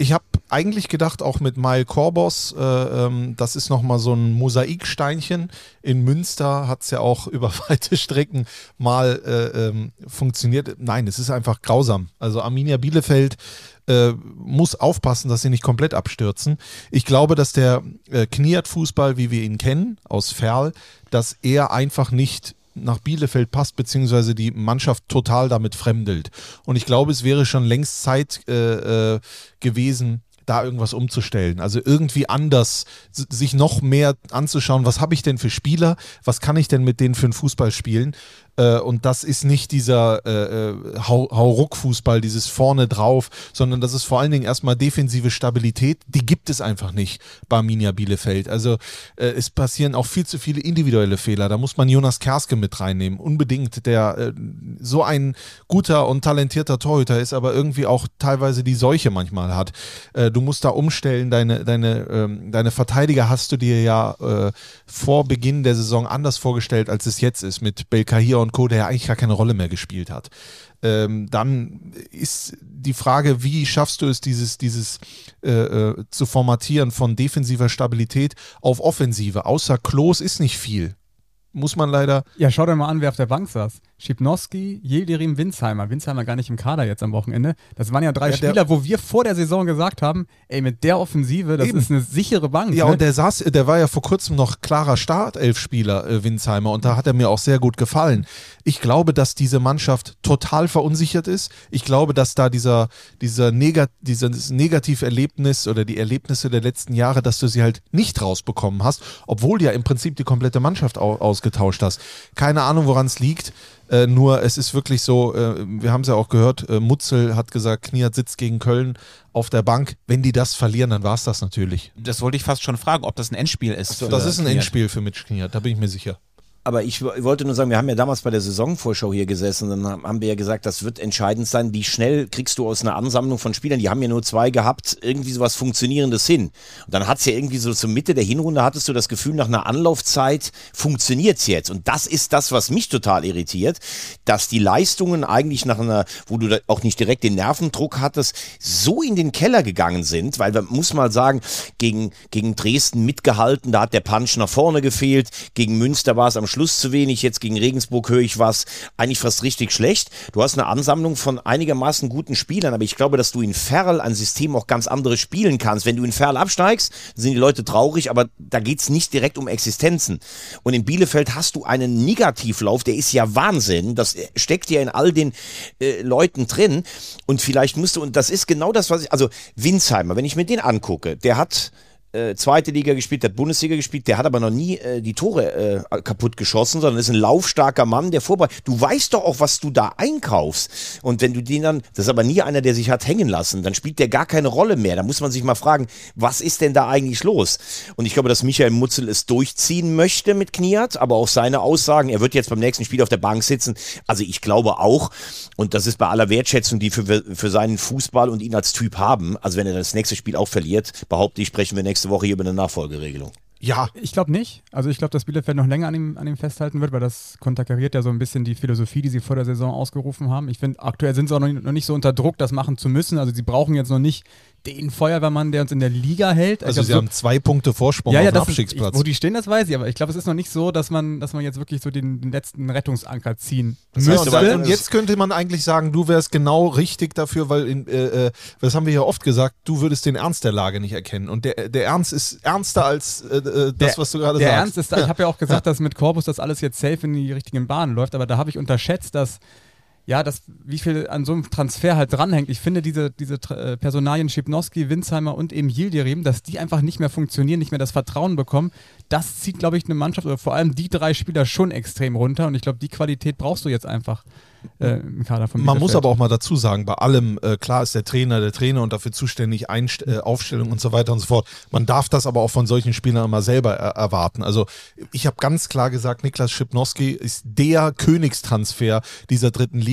eigentlich gedacht, auch mit Mael Korbos, äh, ähm, das ist nochmal so ein Mosaiksteinchen. In Münster hat es ja auch über weite Strecken mal äh, ähm, funktioniert. Nein, es ist einfach grausam. Also Arminia Bielefeld äh, muss aufpassen, dass sie nicht komplett abstürzen. Ich glaube, dass der äh, Kniat-Fußball, wie wir ihn kennen, aus Verl, dass er einfach nicht nach Bielefeld passt, beziehungsweise die Mannschaft total damit fremdelt. Und ich glaube, es wäre schon längst Zeit äh, äh, gewesen, da irgendwas umzustellen. Also irgendwie anders, s- sich noch mehr anzuschauen, was habe ich denn für Spieler, was kann ich denn mit denen für einen Fußball spielen? Äh, und das ist nicht dieser äh, äh, Hau- Hauruck-Fußball, dieses vorne drauf, sondern das ist vor allen Dingen erstmal defensive Stabilität, die gibt es einfach nicht bei Arminia Bielefeld. Also äh, es passieren auch viel zu viele individuelle Fehler. Da muss man Jonas Kerske mit reinnehmen, unbedingt, der äh, so ein guter und talentierter Torhüter ist, aber irgendwie auch teilweise die Seuche manchmal hat. Äh, du musst da umstellen, deine, deine, ähm, deine Verteidiger hast du dir ja äh, vor Beginn der Saison anders vorgestellt, als es jetzt ist, mit Belkahir und Co., der ja eigentlich gar keine Rolle mehr gespielt hat. Ähm, dann ist die Frage, wie schaffst du es, dieses, dieses äh, äh, zu formatieren von defensiver Stabilität auf Offensive? Außer Klos ist nicht viel. Muss man leider. Ja, schau dir mal an, wer auf der Bank saß. Schipnowski, Yildirim, Winsheimer. Winsheimer gar nicht im Kader jetzt am Wochenende. Das waren ja drei Ja, der- Spieler, wo wir vor der Saison gesagt haben, ey, mit der Offensive, das Eben. ist eine sichere Bank. Ja, ne? und der saß, der war ja vor kurzem noch klarer Startelfspieler, äh, Winsheimer, und da hat er mir auch sehr gut gefallen. Ich glaube, dass diese Mannschaft total verunsichert ist. Ich glaube, dass da dieser, dieser Negat, dieses Negativerlebnis oder die Erlebnisse der letzten Jahre, dass du sie halt nicht rausbekommen hast, obwohl du ja im Prinzip die komplette Mannschaft au- ausgetauscht hast. Keine Ahnung, woran es liegt. Äh, nur es ist wirklich so, äh, wir haben es ja auch gehört, äh, Mutzel hat gesagt, Kniat sitzt gegen Köln auf der Bank. Wenn die das verlieren, dann war es das natürlich. Das wollte ich fast schon fragen, ob das ein Endspiel ist. für Das ist ein Kniat. Endspiel für Mitch Kniat, da bin ich mir sicher. Aber ich w- wollte nur sagen, wir haben ja damals bei der Saisonvorschau hier gesessen, dann haben- haben wir ja gesagt, das wird entscheidend sein, wie schnell kriegst du aus einer Ansammlung von Spielern, die haben ja nur zwei gehabt, irgendwie sowas Funktionierendes hin. Und dann hat es ja irgendwie so zur Mitte der Hinrunde, hattest du das Gefühl, nach einer Anlaufzeit funktioniert's jetzt. Und das ist das, was mich total irritiert, dass die Leistungen eigentlich nach einer, wo du da auch nicht direkt den Nervendruck hattest, so in den Keller gegangen sind, weil man muss mal sagen, gegen, gegen Dresden mitgehalten, da hat der Punch nach vorne gefehlt, gegen Münster war es am Schluss zu wenig, jetzt gegen Regensburg höre ich was, eigentlich fast richtig schlecht. Du hast eine Ansammlung von einigermaßen guten Spielern, aber ich glaube, dass du in Ferl ein System auch ganz anderes spielen kannst. Wenn du in Ferl absteigst, sind die Leute traurig, aber da geht es nicht direkt um Existenzen. Und in Bielefeld hast du einen Negativlauf, der ist ja Wahnsinn, das steckt ja in all den äh, Leuten drin und vielleicht musst du, und das ist genau das, was ich, also Winsheimer, wenn ich mir den angucke, der hat äh, zweite Liga gespielt, der hat Bundesliga gespielt, der hat aber noch nie äh, die Tore äh, kaputt geschossen, sondern ist ein laufstarker Mann, der vorbereitet. Du weißt doch auch, was du da einkaufst. Und wenn du den dann, das ist aber nie einer, der sich hat hängen lassen, dann spielt der gar keine Rolle mehr. Da muss man sich mal fragen, was ist denn da eigentlich los? Und ich glaube, dass Michael Mutzel es durchziehen möchte mit Kniat, aber auch seine Aussagen, er wird jetzt beim nächsten Spiel auf der Bank sitzen. Also ich glaube auch, und das ist bei aller Wertschätzung, die für, für seinen Fußball und ihn als Typ haben, also wenn er das nächste Spiel auch verliert, behaupte ich, sprechen wir nächste Woche hier über eine Nachfolgeregelung. Ja, Ich glaube nicht. Also ich glaube, dass Bielefeld noch länger an ihm, an ihm festhalten wird, weil das konterkariert ja so ein bisschen die Philosophie, die sie vor der Saison ausgerufen haben. Ich finde, aktuell sind sie auch noch nicht, noch nicht so unter Druck, das machen zu müssen. Also sie brauchen jetzt noch nicht den Feuerwehrmann, der uns in der Liga hält. also Ich sie glaub, haben zwei Punkte Vorsprung ja, ja, auf den das ist, Abstiegsplatz. ich, wo die stehen, das weiß ich, aber ich glaube, es ist noch nicht so, dass man, dass man jetzt wirklich so den, den letzten Rettungsanker ziehen Das Ja, heißt, und du dann, weißt- jetzt könnte man eigentlich sagen, du wärst genau richtig dafür, weil, in, äh, äh, das haben wir ja oft gesagt, du würdest den Ernst der Lage nicht erkennen. Und der, der Ernst ist ernster als äh, äh, das, was du gerade Der sagst. Ernst ist da, ich habe ja auch gesagt, dass mit Corpus das alles jetzt safe in die richtigen Bahnen läuft, aber da habe ich unterschätzt, dass ja, das, wie viel an so einem Transfer halt dranhängt. Ich finde, diese, diese äh, Personalien Schipnowski, Winsheimer und eben Yildirim, dass die einfach nicht mehr funktionieren, nicht mehr das Vertrauen bekommen, das zieht, glaube ich, eine Mannschaft oder vor allem die drei Spieler schon extrem runter und ich glaube, die Qualität brauchst du jetzt einfach äh, im Kader von Man muss Bielefeld. aber auch mal dazu sagen, bei allem, äh, klar ist der Trainer der Trainer und dafür zuständig, Einst äh, Aufstellung und so weiter und so fort. Man darf das aber auch von solchen Spielern immer selber er erwarten. Also ich habe ganz klar gesagt, Niklas Schipnowski ist der Königstransfer dieser dritten Liga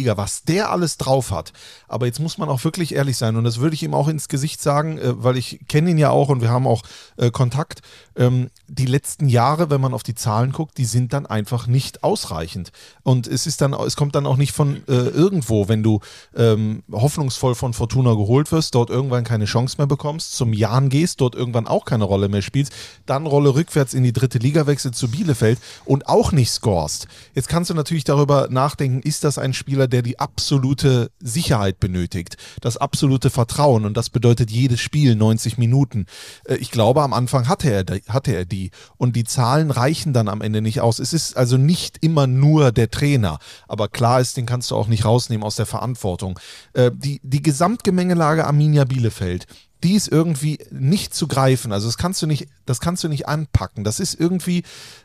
Liga, was der alles drauf hat. Aber jetzt muss man auch wirklich ehrlich sein und das würde ich ihm auch ins Gesicht sagen, äh, weil ich kenne ihn ja auch und wir haben auch äh, Kontakt. Ähm, die letzten Jahre, wenn man auf die Zahlen guckt, die sind dann einfach nicht ausreichend. Und es ist dann, es kommt dann auch nicht von äh, irgendwo, wenn du ähm, hoffnungsvoll von Fortuna geholt wirst, dort irgendwann keine Chance mehr bekommst, zum Jan gehst, dort irgendwann auch keine Rolle mehr spielst, dann Rolle rückwärts in die dritte Liga wechselst zu Bielefeld und auch nicht scorest. Jetzt kannst du natürlich darüber nachdenken, ist das ein Spieler, der die absolute Sicherheit benötigt, das absolute Vertrauen und das bedeutet jedes Spiel neunzig Minuten. Äh, ich glaube, am Anfang hatte er, hatte er die und die Zahlen reichen dann am Ende nicht aus. Es ist also nicht immer nur der Trainer, aber klar ist, den kannst du auch nicht rausnehmen aus der Verantwortung. Äh, die, die Gesamtgemengelage Arminia Bielefeld, die ist irgendwie nicht zu greifen. Also das kannst du nicht, das kannst du nicht anpacken. Das ist irgendwie,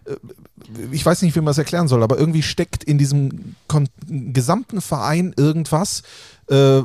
ich weiß nicht, wie man das erklären soll, aber irgendwie steckt in diesem kon- gesamten Verein irgendwas, äh,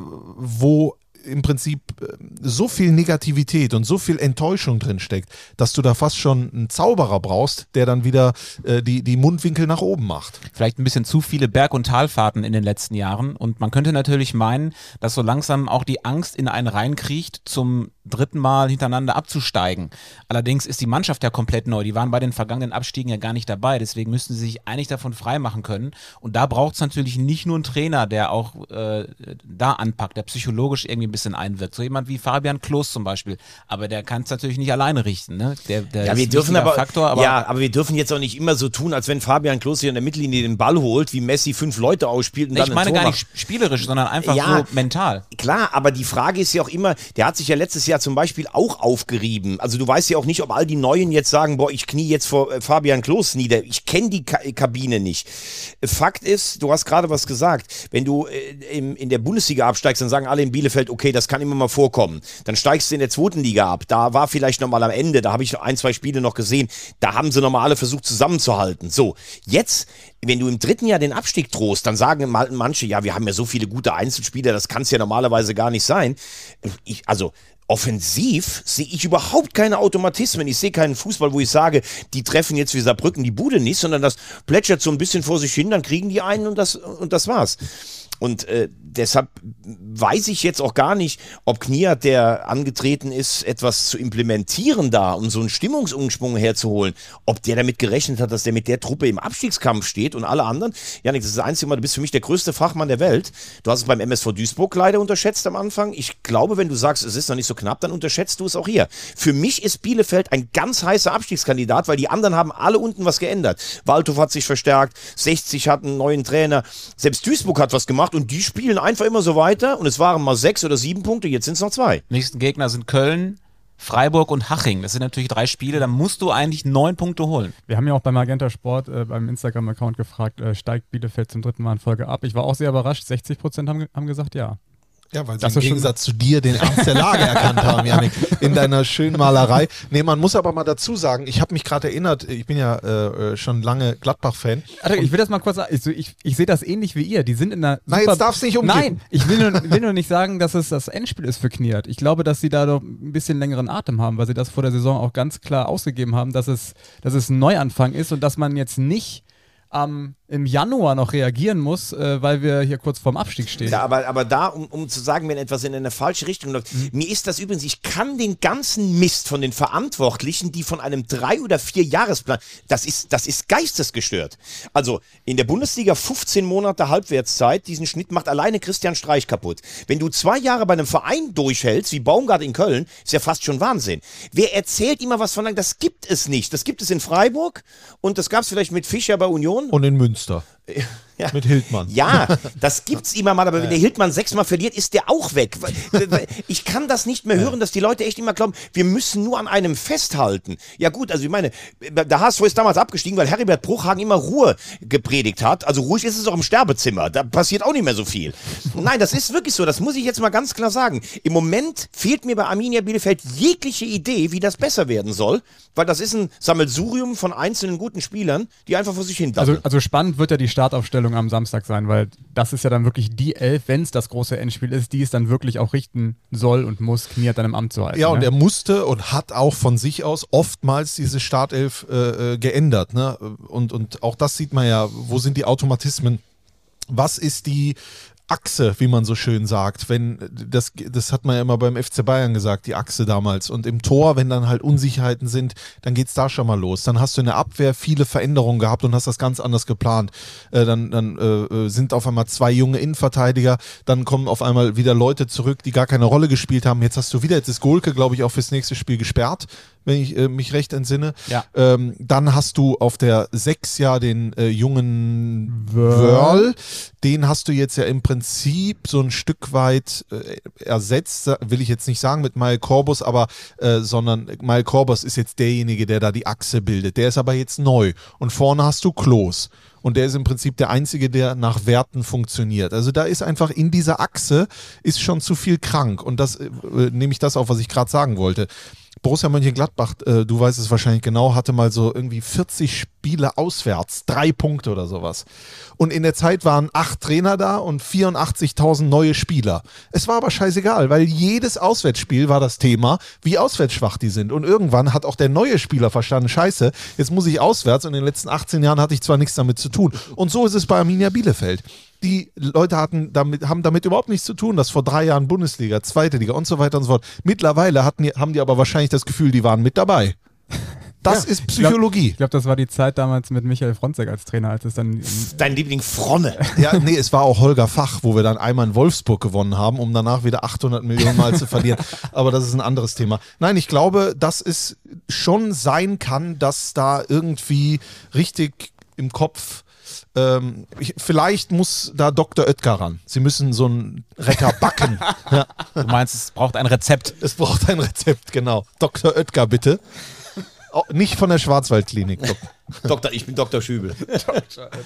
wo im Prinzip so viel Negativität und so viel Enttäuschung drin steckt, dass du da fast schon einen Zauberer brauchst, der dann wieder äh, die, die Mundwinkel nach oben macht. Vielleicht ein bisschen zu viele Berg- und Talfahrten in den letzten Jahren und man könnte natürlich meinen, dass so langsam auch die Angst in einen reinkriecht, zum dritten Mal hintereinander abzusteigen. Allerdings ist die Mannschaft ja komplett neu. Die waren bei den vergangenen Abstiegen ja gar nicht dabei. Deswegen müssten sie sich eigentlich davon freimachen können. Und da braucht es natürlich nicht nur einen Trainer, der auch äh, da anpackt, der psychologisch irgendwie ein bisschen einwirkt. So jemand wie Fabian Klos zum Beispiel. Aber der kann es natürlich nicht alleine richten. Ne? Der, der ja, ist wir ein dürfen wichtiger aber, Faktor, aber ja, aber wir dürfen jetzt auch nicht immer so tun, als wenn Fabian Klos hier in der Mittellinie den Ball holt, wie Messi fünf Leute ausspielt und nee, dann ich meine ein Tor gar macht. nicht spielerisch, sondern einfach Ja, so mental. Klar, aber die Frage ist ja auch immer, der hat sich ja letztes Jahr zum Beispiel auch aufgerieben. Also du weißt ja auch nicht, ob all die Neuen jetzt sagen, boah, ich knie jetzt vor äh, Fabian Klos nieder. Ich kenne die Ka- Kabine nicht. Fakt ist, du hast gerade was gesagt, wenn du äh, im, in der Bundesliga absteigst, dann sagen alle in Bielefeld, okay, das kann immer mal vorkommen. Dann steigst du in der zweiten Liga ab. Da war vielleicht nochmal am Ende, da habe ich ein, zwei Spiele noch gesehen, da haben sie nochmal alle versucht zusammenzuhalten. So, jetzt, wenn du im dritten Jahr den Abstieg drohst, dann sagen mal manche, ja, wir haben ja so viele gute Einzelspieler, das kann es ja normalerweise gar nicht sein. Ich, also, offensiv sehe ich überhaupt keine Automatismen. Ich sehe keinen Fußball, wo ich sage, die treffen jetzt wie Saarbrücken die Bude nicht, sondern das plätschert so ein bisschen vor sich hin, dann kriegen die einen und das, und das war's. Und äh, deshalb weiß ich jetzt auch gar nicht, ob Kniat, der angetreten ist, etwas zu implementieren da, um so einen Stimmungsumschwung herzuholen, ob der damit gerechnet hat, dass der mit der Truppe im Abstiegskampf steht und alle anderen. Janik, das ist das einzige Mal, du bist für mich der größte Fachmann der Welt. Du hast es beim M S V Duisburg leider unterschätzt am Anfang. Ich glaube, wenn du sagst, es ist noch nicht so knapp, dann unterschätzt du es auch hier. Für mich ist Bielefeld ein ganz heißer Abstiegskandidat, weil die anderen haben alle unten was geändert. Waldhof hat sich verstärkt, sechzig hat einen neuen Trainer, selbst Duisburg hat was gemacht und die spielen einfach immer so weiter und es waren mal sechs oder sieben Punkte, jetzt sind es noch zwei. Nächsten Gegner sind Köln, Freiburg und Haching. Das sind natürlich drei Spiele, da musst du eigentlich neun Punkte holen. Wir haben ja auch beim Magenta Sport, äh, beim Instagram-Account gefragt, äh, steigt Bielefeld zum dritten Mal in Folge ab? Ich war auch sehr überrascht, sechzig Prozent haben, haben gesagt ja. Ja, weil sie Das im ist schon- Gegensatz zu dir den Ernst der Lage erkannt haben, Janik, in deiner schönen Malerei. Nee, man muss aber mal dazu sagen, ich habe mich gerade erinnert, ich bin ja äh, schon lange Gladbach-Fan. Alter, ich will das mal kurz sagen, ich, ich, ich sehe das ähnlich wie ihr. Die sind in einer Nein, super- jetzt darfst du nicht umgehen. Nein, ich will nur, will nur nicht sagen, dass es das Endspiel ist für Kniat. Ich glaube, dass sie da doch ein bisschen längeren Atem haben, weil sie das vor der Saison auch ganz klar ausgegeben haben, dass es, dass es ein Neuanfang ist und dass man jetzt nicht ähm, im Januar noch reagieren muss, äh, weil wir hier kurz vorm Abstieg stehen. Ja, aber, aber da, um, um zu sagen, wenn etwas in eine falsche Richtung läuft, mhm. mir ist das übrigens, ich kann den ganzen Mist von den Verantwortlichen, die von einem drei- oder vier Jahresplan, das ist, das ist geistesgestört. Also in der Bundesliga fünfzehn Monate Halbwertszeit, diesen Schnitt macht alleine Christian Streich kaputt. Wenn du zwei Jahre bei einem Verein durchhältst, wie Baumgart in Köln, ist ja fast schon Wahnsinn. Wer erzählt immer was von, das gibt es nicht. Das gibt es in Freiburg und das gab es vielleicht mit Fischer bei Union. Und in Münster. Ja. Mit Hildmann. Ja, das gibt's immer mal, aber wenn der Hildmann sechsmal verliert, ist der auch weg. Ich kann das nicht mehr hören, dass die Leute echt immer glauben, wir müssen nur an einem festhalten. Ja gut, also ich meine, der H S V ist damals abgestiegen, weil Heribert Bruchhagen immer Ruhe gepredigt hat. Also ruhig ist es auch im Sterbezimmer, da passiert auch nicht mehr so viel. Nein, das ist wirklich so, das muss ich jetzt mal ganz klar sagen. Im Moment fehlt mir bei Arminia Bielefeld jegliche Idee, wie das besser werden soll, weil das ist ein Sammelsurium von einzelnen guten Spielern, die einfach vor sich hin Also, also spannend wird ja die Startaufstellung am Samstag sein, weil das ist ja dann wirklich die Elf, wenn es das große Endspiel ist, die es dann wirklich auch richten soll und muss, Kniat dann im Amt zu halten. Ja, und ne? er musste und hat auch von sich aus oftmals diese Startelf äh, geändert. Ne? Und, und auch das sieht man ja, wo sind die Automatismen was ist die Achse, wie man so schön sagt, wenn das, das hat man ja immer beim F C Bayern gesagt, die Achse damals. Und im Tor, wenn dann halt Unsicherheiten sind, dann geht's da schon mal los. Dann hast du in der Abwehr viele Veränderungen gehabt und hast das ganz anders geplant. Äh, dann dann äh, sind auf einmal zwei junge Innenverteidiger, dann kommen auf einmal wieder Leute zurück, die gar keine Rolle gespielt haben. Jetzt hast du wieder, jetzt ist Golke, glaube ich, auch fürs nächste Spiel gesperrt, wenn ich äh, mich recht entsinne. Ja. Ähm, dann hast du auf der sechs ja den äh, jungen Wörl. Wörl. Den hast du jetzt ja im Prinzip so ein Stück weit äh, ersetzt, will ich jetzt nicht sagen mit Mael Korbus, aber äh, sondern Mael Korbus ist jetzt derjenige, der da die Achse bildet. Der ist aber jetzt neu. Und vorne hast du Klos. Und der ist im Prinzip der Einzige, der nach Werten funktioniert. Also da ist einfach in dieser Achse ist schon zu viel krank. Und das äh, nehme ich das auf, was ich gerade sagen wollte. Borussia Mönchengladbach, äh, du weißt es wahrscheinlich genau, hatte mal so irgendwie vierzig Spiele auswärts, drei Punkte oder sowas. Und in der Zeit waren acht Trainer da und vierundachtzigtausend neue Spieler. Es war aber scheißegal, weil jedes Auswärtsspiel war das Thema, wie auswärtsschwach die sind. Und irgendwann hat auch der neue Spieler verstanden, scheiße, jetzt muss ich auswärts und in den letzten achtzehn Jahren hatte ich zwar nichts damit zu tun. Und so ist es bei Arminia Bielefeld. Die Leute hatten damit, haben damit überhaupt nichts zu tun, dass vor drei Jahren Bundesliga, zweite Liga und so weiter und so fort. Mittlerweile hatten die, haben die aber wahrscheinlich das Gefühl, die waren mit dabei. Das ja, ist Psychologie. Ich glaube, glaub, das war die Zeit damals mit Michael Fronzek als Trainer, als es dann... Dein Liebling Fronne. Ja, nee, es war auch Holger Fach, wo wir dann einmal in Wolfsburg gewonnen haben, um danach wieder achthundert Millionen Mal zu verlieren. Aber das ist ein anderes Thema. Nein, ich glaube, dass es schon sein kann, dass da irgendwie richtig im Kopf... Ähm, ich, vielleicht muss da Doktor Oetker ran. Sie müssen so einen Retter backen. Ja. Du meinst, es braucht ein Rezept? Es braucht ein Rezept, genau. Doktor Oetker, bitte. Oh, nicht von der Schwarzwaldklinik. Dok- Doktor, ich bin Doktor Schübel. Doktor Oetker.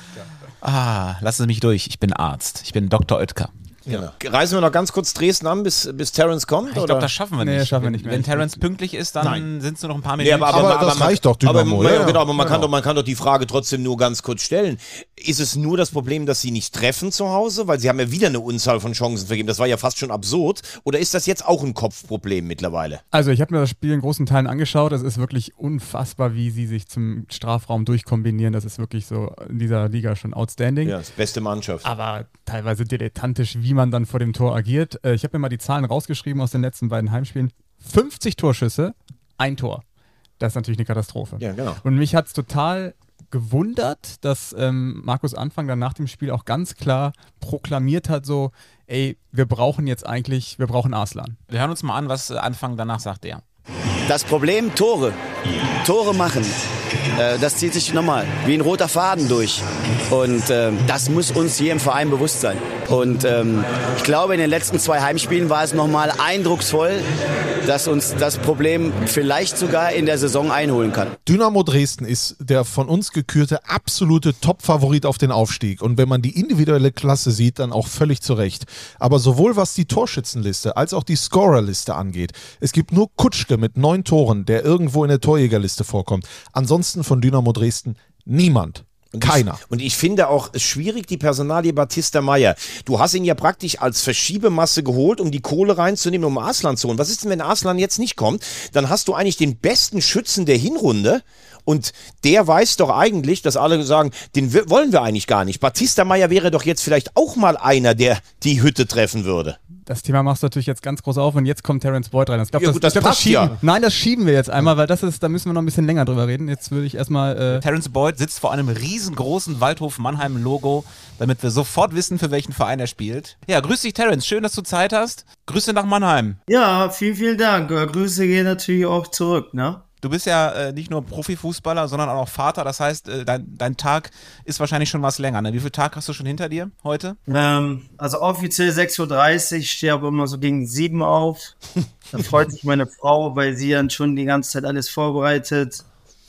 Ah, lassen Sie mich durch. Ich bin Arzt. Ich bin Doktor Oetker. Genau. Reisen wir noch ganz kurz Dresden an, bis, bis Terence kommt? Ich oder? glaube, das schaffen wir nicht. Nee, schaffen wir wenn nicht mehr. wenn Terence pünktlich ist, dann sind es nur noch ein paar Nee, Minuten. aber, aber, Aber das man- reicht doch, Dynamo, Aber, ja, ja. genau, aber man, Kann Genau. doch, man kann doch die Frage trotzdem nur ganz kurz stellen. Ist es nur das Problem, dass sie nicht treffen zu Hause? Weil sie haben ja wieder eine Unzahl von Chancen vergeben. Das war ja fast schon absurd. Oder ist das jetzt auch ein Kopfproblem mittlerweile? Also ich habe mir das Spiel in großen Teilen angeschaut. Es ist wirklich unfassbar, wie sie sich zum Strafraum durchkombinieren. Das ist wirklich so in dieser Liga schon outstanding. Ja, das beste Mannschaft. Aber teilweise dilettantisch, wie man dann vor dem Tor agiert. Äh, Ich habe mir mal die Zahlen rausgeschrieben aus den letzten beiden Heimspielen. fünfzig Torschüsse, ein Tor. Das ist natürlich eine Katastrophe. Ja, genau. Und mich hat es total gewundert, dass ähm, Markus Anfang dann nach dem Spiel auch ganz klar proklamiert hat, so, ey, wir brauchen jetzt eigentlich, wir brauchen Arslan. Wir hören uns mal an, was Anfang danach sagt er. Das Problem, Tore. Tore machen. Äh, das zieht sich normal, wie ein roter Faden durch. Und äh, das muss uns hier im Verein bewusst sein. Und ähm, ich glaube, in den letzten zwei Heimspielen war es nochmal eindrucksvoll, dass uns das Problem vielleicht sogar in der Saison einholen kann. Dynamo Dresden ist der von uns gekürte absolute Top-Favorit auf den Aufstieg. Und wenn man die individuelle Klasse sieht, dann auch völlig zu Recht. Aber sowohl was die Torschützenliste als auch die Scorerliste angeht, es gibt nur Kutschke mit neun Toren, der irgendwo in der Torjägerliste vorkommt. Ansonsten von Dynamo Dresden niemand. Und Keiner. Ich, und ich finde auch es schwierig, die Personalie Batista Meyer. Du hast ihn ja praktisch als Verschiebemasse geholt, um die Kohle reinzunehmen, um Arslan zu holen. Was ist denn, wenn Arslan jetzt nicht kommt? Dann hast du eigentlich den besten Schützen der Hinrunde. Und der weiß doch eigentlich, dass alle sagen, den wollen wir eigentlich gar nicht. Batista Meyer wäre doch jetzt vielleicht auch mal einer, der die Hütte treffen würde. Das Thema machst du natürlich jetzt ganz groß auf und jetzt kommt Terence Boyd rein. Ich glaub, Ja, das, gut, das ich glaub, passt schieben, ja. Nein, das schieben wir jetzt einmal, weil das ist, da müssen wir noch ein bisschen länger drüber reden. Jetzt würde ich erstmal... Äh, Terence Boyd sitzt vor einem riesengroßen Waldhof Mannheim-Logo, damit wir sofort wissen, für welchen Verein er spielt. Ja, grüß dich, Terence. Schön, dass du Zeit hast. Grüße nach Mannheim. Ja, vielen, vielen Dank. Grüße gehen natürlich auch zurück, ne? Du bist ja äh, nicht nur Profifußballer, sondern auch noch Vater. Das heißt, äh, dein, dein Tag ist wahrscheinlich schon was länger. Ne? Wie viel Tag hast du schon hinter dir heute? Ähm, also offiziell sechs Uhr dreißig, ich stehe aber immer so gegen sieben auf. Da freut sich meine Frau, weil sie dann schon die ganze Zeit alles vorbereitet.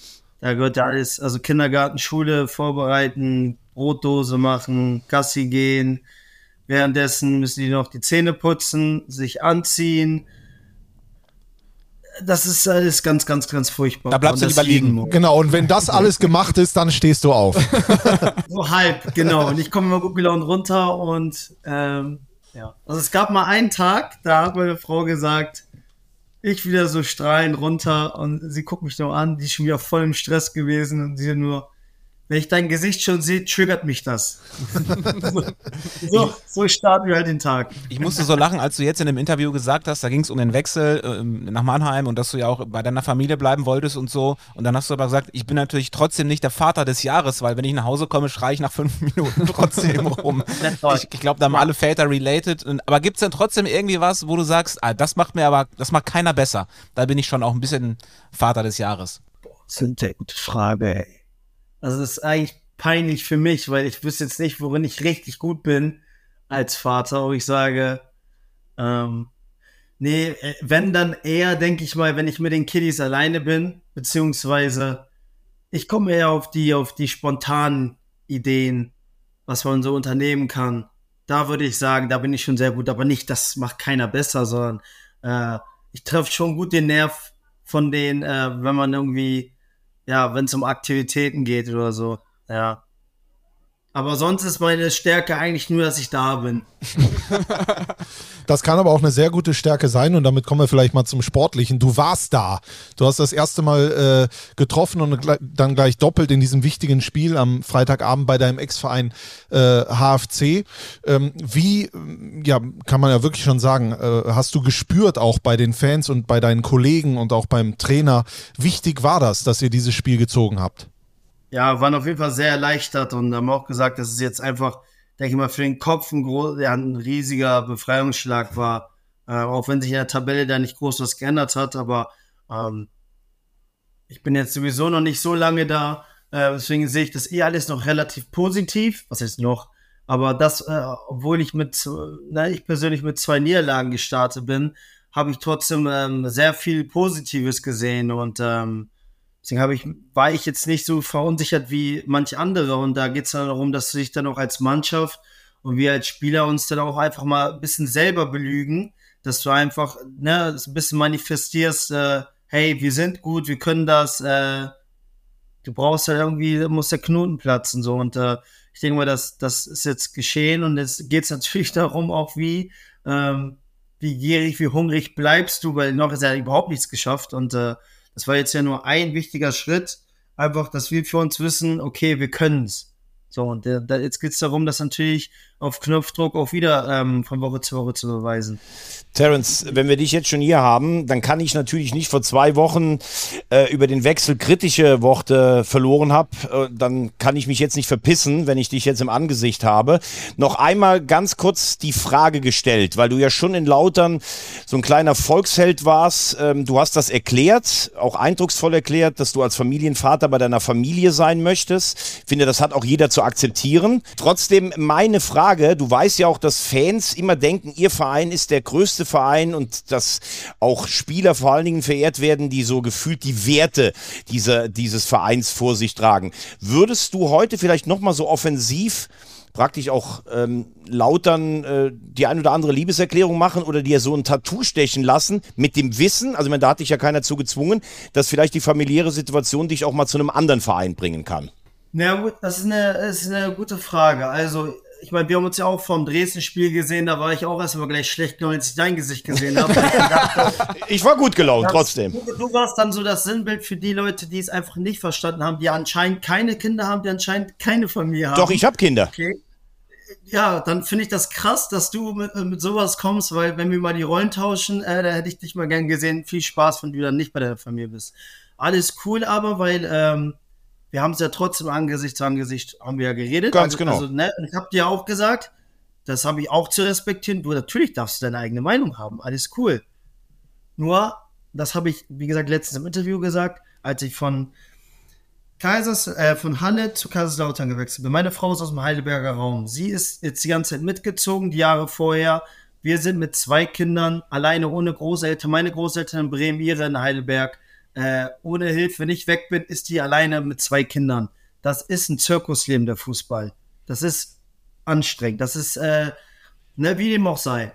Da gehört ja alles, also Kindergarten, Schule vorbereiten, Brotdose machen, Gassi gehen. Währenddessen müssen die noch die Zähne putzen, sich anziehen. Das ist alles ganz, ganz, ganz furchtbar. Da bleibst du lieber liegen. Genau, und wenn das alles gemacht ist, dann stehst du auf. So halb, genau. Und ich komme immer gut gelaunt runter und ähm, ja. Also es gab mal einen Tag, da hat meine Frau gesagt, ich wieder so strahlend runter und sie guckt mich nur an, die ist schon wieder voll im Stress gewesen und sie nur, wenn ich dein Gesicht schon sehe, triggert mich das. so, so starten wir halt den Tag. Ich musste so lachen, als du jetzt in dem Interview gesagt hast, da ging es um den Wechsel ähm, nach Mannheim und dass du ja auch bei deiner Familie bleiben wolltest und so. Und dann hast du aber gesagt, ich bin natürlich trotzdem nicht der Vater des Jahres, weil wenn ich nach Hause komme, schreie ich nach fünf Minuten trotzdem rum. Ich, ich glaube, da haben alle Väter related. Aber gibt es denn trotzdem irgendwie was, wo du sagst, ah, das macht mir aber, das macht keiner besser. Da bin ich schon auch ein bisschen Vater des Jahres. Boah, das ist eine gute Frage, ey. Also das ist eigentlich peinlich für mich, weil ich wüsste jetzt nicht, worin ich richtig gut bin als Vater, wo ich sage, ähm, nee, wenn dann eher, denke ich mal, wenn ich mit den Kiddies alleine bin, beziehungsweise ich komme eher auf die, auf die spontanen Ideen, was man so unternehmen kann. Da würde ich sagen, da bin ich schon sehr gut, aber nicht, das macht keiner besser, sondern äh, ich treffe schon gut den Nerv von denen, äh, wenn man irgendwie ja, wenn es um Aktivitäten geht oder so, ja. Aber sonst ist meine Stärke eigentlich nur, dass ich da bin. Das kann aber auch eine sehr gute Stärke sein und damit kommen wir vielleicht mal zum Sportlichen. Du warst da. Du hast das erste Mal äh, getroffen und dann gleich doppelt in diesem wichtigen Spiel am Freitagabend bei deinem Ex-Verein äh, H F C. Ähm, wie, ja, kann man ja wirklich schon sagen, äh, hast du gespürt auch bei den Fans und bei deinen Kollegen und auch beim Trainer, wichtig war das, dass ihr dieses Spiel gezogen habt? Ja, waren auf jeden Fall sehr erleichtert und haben auch gesagt, dass es jetzt einfach, denke ich mal, für den Kopf ein, gro- ja, ein riesiger Befreiungsschlag war. Äh, auch wenn sich in der Tabelle da nicht groß was geändert hat, aber ähm, ich bin jetzt sowieso noch nicht so lange da, äh, deswegen sehe ich das eh alles noch relativ positiv. Was heißt noch? Aber das, äh, obwohl ich mit, na, ich persönlich mit zwei Niederlagen gestartet bin, habe ich trotzdem ähm, sehr viel Positives gesehen und ähm, deswegen habe ich, war ich jetzt nicht so verunsichert wie manche andere und da geht es dann darum, dass du dich dann auch als Mannschaft und wir als Spieler uns dann auch einfach mal ein bisschen selber belügen, dass du einfach ne, ein bisschen manifestierst, äh, hey, wir sind gut, wir können das, äh, du brauchst halt irgendwie, muss der Knoten platzen so und äh, ich denke mal, das, das ist jetzt geschehen und jetzt geht es natürlich darum auch, wie, ähm, wie gierig, wie hungrig bleibst du, weil noch ist ja überhaupt nichts geschafft und äh, das war jetzt ja nur ein wichtiger Schritt, einfach, dass wir für uns wissen, okay, wir können's. So, und äh, da, jetzt geht's darum, das natürlich auf Knopfdruck auch wieder ähm, von Woche zu Woche zu beweisen. Terence, wenn wir dich jetzt schon hier haben, dann kann ich natürlich nicht vor zwei Wochen äh, über den Wechsel kritische Worte verloren habe. Äh, dann kann ich mich jetzt nicht verpissen, wenn ich dich jetzt im Angesicht habe. Noch einmal ganz kurz die Frage gestellt, weil du ja schon in Lautern so ein kleiner Volksheld warst. Ähm, du hast das erklärt, auch eindrucksvoll erklärt, dass du als Familienvater bei deiner Familie sein möchtest. Ich finde, das hat auch jeder zu akzeptieren. Trotzdem meine Frage, du weißt ja auch, dass Fans immer denken, ihr Verein ist der größte Verein und dass auch Spieler vor allen Dingen verehrt werden, die so gefühlt die Werte dieser, dieses Vereins vor sich tragen. Würdest du heute vielleicht nochmal so offensiv praktisch auch ähm, Lautern äh, die ein oder andere Liebeserklärung machen oder dir so ein Tattoo stechen lassen mit dem Wissen, also ich meine, da hat dich ja keiner zu gezwungen, dass vielleicht die familiäre Situation dich auch mal zu einem anderen Verein bringen kann? Na gut, das ist eine, das ist eine gute Frage. Also, ich meine, wir haben uns ja auch vom Dresden-Spiel gesehen, da war ich auch erstmal gleich schlecht gelaunt, als ich dein Gesicht gesehen habe. ich, ich war gut gelaunt, das, trotzdem. Du, du warst dann so das Sinnbild für die Leute, die es einfach nicht verstanden haben, die anscheinend keine Kinder haben, die anscheinend keine Familie haben. Doch, ich habe Kinder. Okay. Ja, dann finde ich das krass, dass du mit, mit sowas kommst, weil wenn wir mal die Rollen tauschen, äh, da hätte ich dich mal gern gesehen. Viel Spaß, wenn du dann nicht bei der Familie bist. Alles cool aber, weil ähm, wir haben es ja trotzdem Angesicht zu Angesicht, haben wir ja geredet. Ganz also, genau. Also, ne, ich habe dir auch gesagt, das habe ich auch zu respektieren. Du, natürlich darfst du deine eigene Meinung haben. Alles cool. Nur, das habe ich, wie gesagt, letztens im Interview gesagt, als ich von Kaisers, äh, von Halle zu Kaiserslautern gewechselt bin. Meine Frau ist aus dem Heidelberger Raum. Sie ist jetzt die ganze Zeit mitgezogen, die Jahre vorher. Wir sind mit zwei Kindern, alleine ohne Großeltern. Meine Großeltern in Bremen, ihre in Heidelberg. Äh, ohne Hilfe, wenn ich weg bin, ist die alleine mit zwei Kindern. Das ist ein Zirkusleben, der Fußball. Das ist anstrengend. Das ist, äh, ne, wie dem auch sei.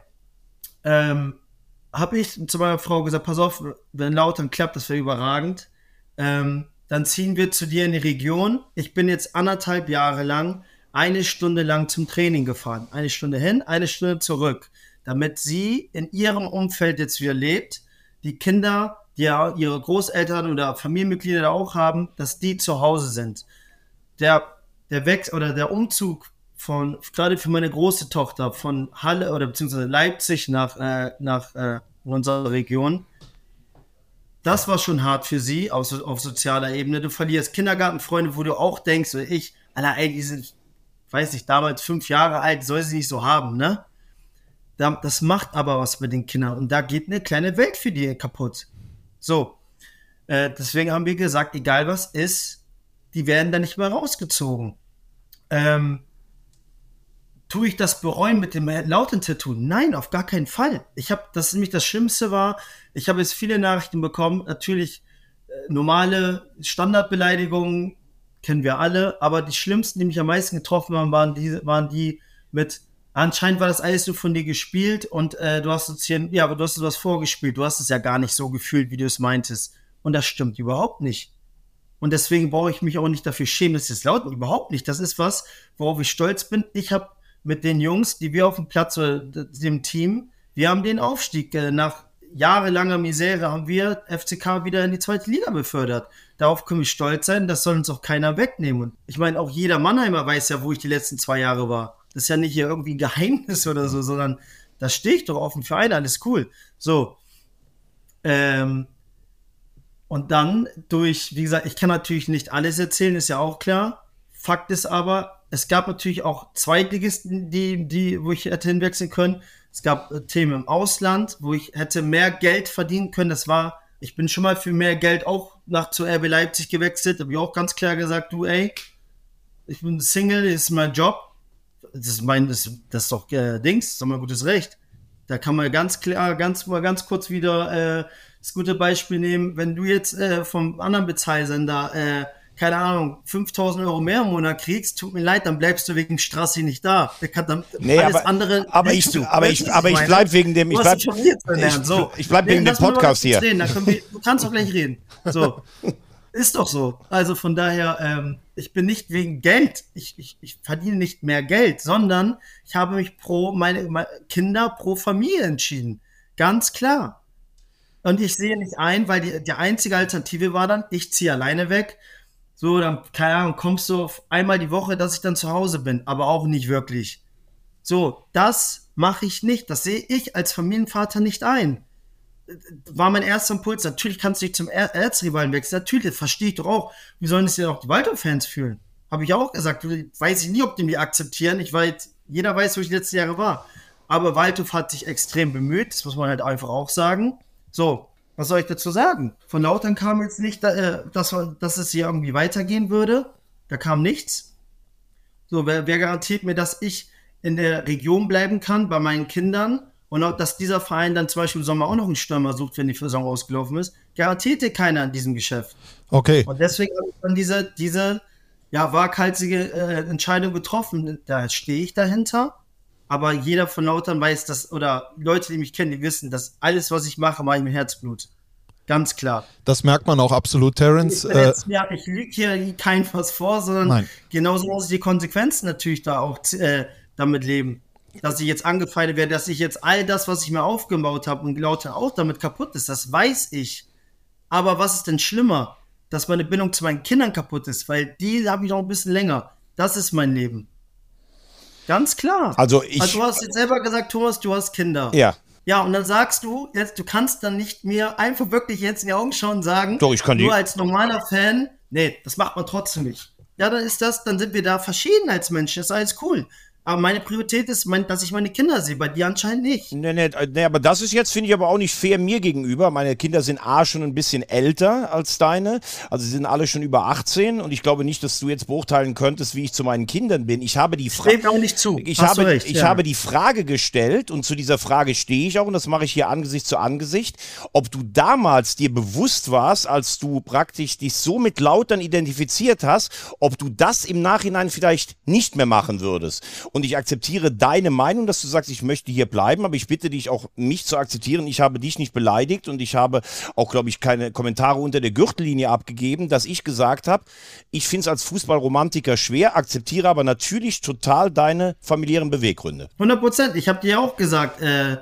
Ähm, habe ich zu meiner Frau gesagt, pass auf, wenn Lautern klappt, das wäre überragend. Ähm, dann ziehen wir zu dir in die Region. Ich bin jetzt anderthalb Jahre lang, eine Stunde lang zum Training gefahren. Eine Stunde hin, eine Stunde zurück. Damit sie in ihrem Umfeld jetzt wieder lebt, die Kinder, die ja ihre Großeltern oder Familienmitglieder da auch haben, dass die zu Hause sind. der, der Wechsel oder der Umzug von, gerade für meine große Tochter, von Halle oder beziehungsweise Leipzig nach, äh, nach äh, unserer Region, das war schon hart für sie auf, auf sozialer Ebene. Du verlierst Kindergartenfreunde, wo du auch denkst, oder ich, Alter, ey, die sind, weiß nicht, damals fünf Jahre alt, soll sie nicht so haben, ne? Das macht aber was mit den Kindern und da geht eine kleine Welt für die kaputt. So, äh, deswegen haben wir gesagt, egal was ist, die werden da nicht mehr rausgezogen. Ähm, Tue ich das bereuen mit dem Lauten-Tattoo? Nein, auf gar keinen Fall. Ich habe, das nämlich das Schlimmste war, ich habe jetzt viele Nachrichten bekommen, natürlich äh, normale Standardbeleidigungen, kennen wir alle, aber die schlimmsten, die mich am meisten getroffen haben, waren die, waren die mit, anscheinend war das alles nur von dir gespielt und äh, du hast uns hier, ja, aber du hast was vorgespielt, du hast es ja gar nicht so gefühlt, wie du es meintest. Und das stimmt überhaupt nicht. Und deswegen brauche ich mich auch nicht dafür schämen, dass es laut ist, überhaupt nicht. Das ist was, worauf ich stolz bin. Ich habe mit den Jungs, die wir auf dem Platz, oder dem Team, wir haben den Aufstieg, äh, nach jahrelanger Misere haben wir F C K wieder in die zweite Liga befördert. Darauf können wir stolz sein, das soll uns auch keiner wegnehmen. Und ich meine, auch jeder Mannheimer weiß ja, wo ich die letzten zwei Jahre war. Das ist ja nicht hier irgendwie ein Geheimnis oder so, sondern da stehe ich doch auf dem Verein, alles cool. So. Ähm, und dann durch, wie gesagt, ich kann natürlich nicht alles erzählen, ist ja auch klar. Fakt ist aber, es gab natürlich auch Zweitligisten, die, die, wo ich hätte hinwechseln können. Es gab äh, Themen im Ausland, wo ich hätte mehr Geld verdienen können. Das war, ich bin schon mal für mehr Geld auch nach zu R B Leipzig gewechselt. Da habe ich auch ganz klar gesagt, du ey, ich bin Single, das ist mein Job. Das ist mein, das, das ist doch äh, Dings, das ist doch mal gutes Recht. Da kann man ganz klar, ganz mal ganz kurz wieder äh, das gute Beispiel nehmen. Wenn du jetzt äh, vom anderen Bezahlsender äh, keine Ahnung, fünftausend Euro mehr im Monat kriegst, tut mir leid, dann bleibst du wegen Strassi nicht da. Der kann dann nee, alles aber, andere aber ich, du. aber ich, aber ich bleib wegen dem, ich bleib, ich, so. ich bleib wegen nee, dem Podcast hier. Reden, dann können wir, du kannst doch gleich reden. So. Ist doch so. Also von daher, ähm, ich bin nicht wegen Geld, ich, ich, ich verdiene nicht mehr Geld, sondern ich habe mich pro meine, meine Kinder, pro Familie entschieden. Ganz klar. Und ich sehe nicht ein, weil die, die einzige Alternative war dann, ich ziehe alleine weg. So, dann, keine Ahnung, kommst du auf einmal die Woche, dass ich dann zu Hause bin, aber auch nicht wirklich. So, das mache ich nicht. Das sehe ich als Familienvater nicht ein. War mein erster Impuls. Natürlich kannst du dich zum er- Erzrivalen wechseln. Natürlich, das verstehe ich doch auch. Wie sollen es ja auch die Waldorf-Fans fühlen? Habe ich auch gesagt. Weiß ich nie, ob die mich akzeptieren. Ich weiß, jeder weiß, wo ich die letzten Jahre war. Aber Waldorf hat sich extrem bemüht. Das muss man halt einfach auch sagen. So. Was soll ich dazu sagen? Von Lautern kam jetzt nicht, äh, dass, dass es hier irgendwie weitergehen würde. Da kam nichts. So, wer, wer garantiert mir, dass ich in der Region bleiben kann, bei meinen Kindern? Und auch, dass dieser Verein dann zum Beispiel im Sommer auch noch einen Stürmer sucht, wenn die Saison ausgelaufen ist? Garantiert dir keiner in diesem Geschäft. Okay. Und deswegen habe ich dann diese, diese ja, waghalsige äh, Entscheidung getroffen. Da stehe ich dahinter. Aber jeder von Lautern weiß, dass, oder Leute, die mich kennen, die wissen, dass alles, was ich mache, mache ich mit Herzblut. Ganz klar. Das merkt man auch absolut, Terence. Ich, äh, ja, ich lüge hier kein was vor, sondern Nein. genauso muss ich die Konsequenzen natürlich da auch äh, damit leben. Dass ich jetzt angefeindet werde, dass ich jetzt all das, was ich mir aufgebaut habe und Lautern auch damit kaputt ist, das weiß ich. Aber was ist denn schlimmer? Dass meine Bindung zu meinen Kindern kaputt ist, weil die habe ich noch ein bisschen länger. Das ist mein Leben. Ganz klar. Also ich. Also du hast jetzt selber gesagt, Thomas, du hast Kinder. Ja. Ja, und dann sagst du, jetzt, du kannst dann nicht mir einfach wirklich jetzt in die Augen schauen und sagen, Doch, ich kann nur die- als normaler Fan, nee, das macht man trotzdem nicht. Ja, dann ist das, dann sind wir da verschieden als Menschen, das ist alles cool. Aber meine Priorität ist, mein, dass ich meine Kinder sehe, bei dir anscheinend nicht. Nee, nee, nee, aber das ist jetzt, finde ich, aber auch nicht fair mir gegenüber. Meine Kinder sind A, schon ein bisschen älter als deine. Also sie sind alle schon über achtzehn und ich glaube nicht, dass du jetzt beurteilen könntest, wie ich zu meinen Kindern bin. Ich habe die Frage. Steht auch nicht zu. Ich, Hast du habe, recht, ich ja. habe die Frage gestellt und zu dieser Frage stehe ich auch und das mache ich hier Angesicht zu Angesicht, ob du damals dir bewusst warst, als du praktisch dich so mit Lautern identifiziert hast, ob du das im Nachhinein vielleicht nicht mehr machen würdest. Und ich akzeptiere deine Meinung, dass du sagst, ich möchte hier bleiben, aber ich bitte dich auch, mich zu akzeptieren. Ich habe dich nicht beleidigt und ich habe auch, glaube ich, keine Kommentare unter der Gürtellinie abgegeben, dass ich gesagt habe, ich finde es als Fußballromantiker schwer, akzeptiere aber natürlich total deine familiären Beweggründe. hundert Prozent. Ich habe dir ja auch gesagt, äh,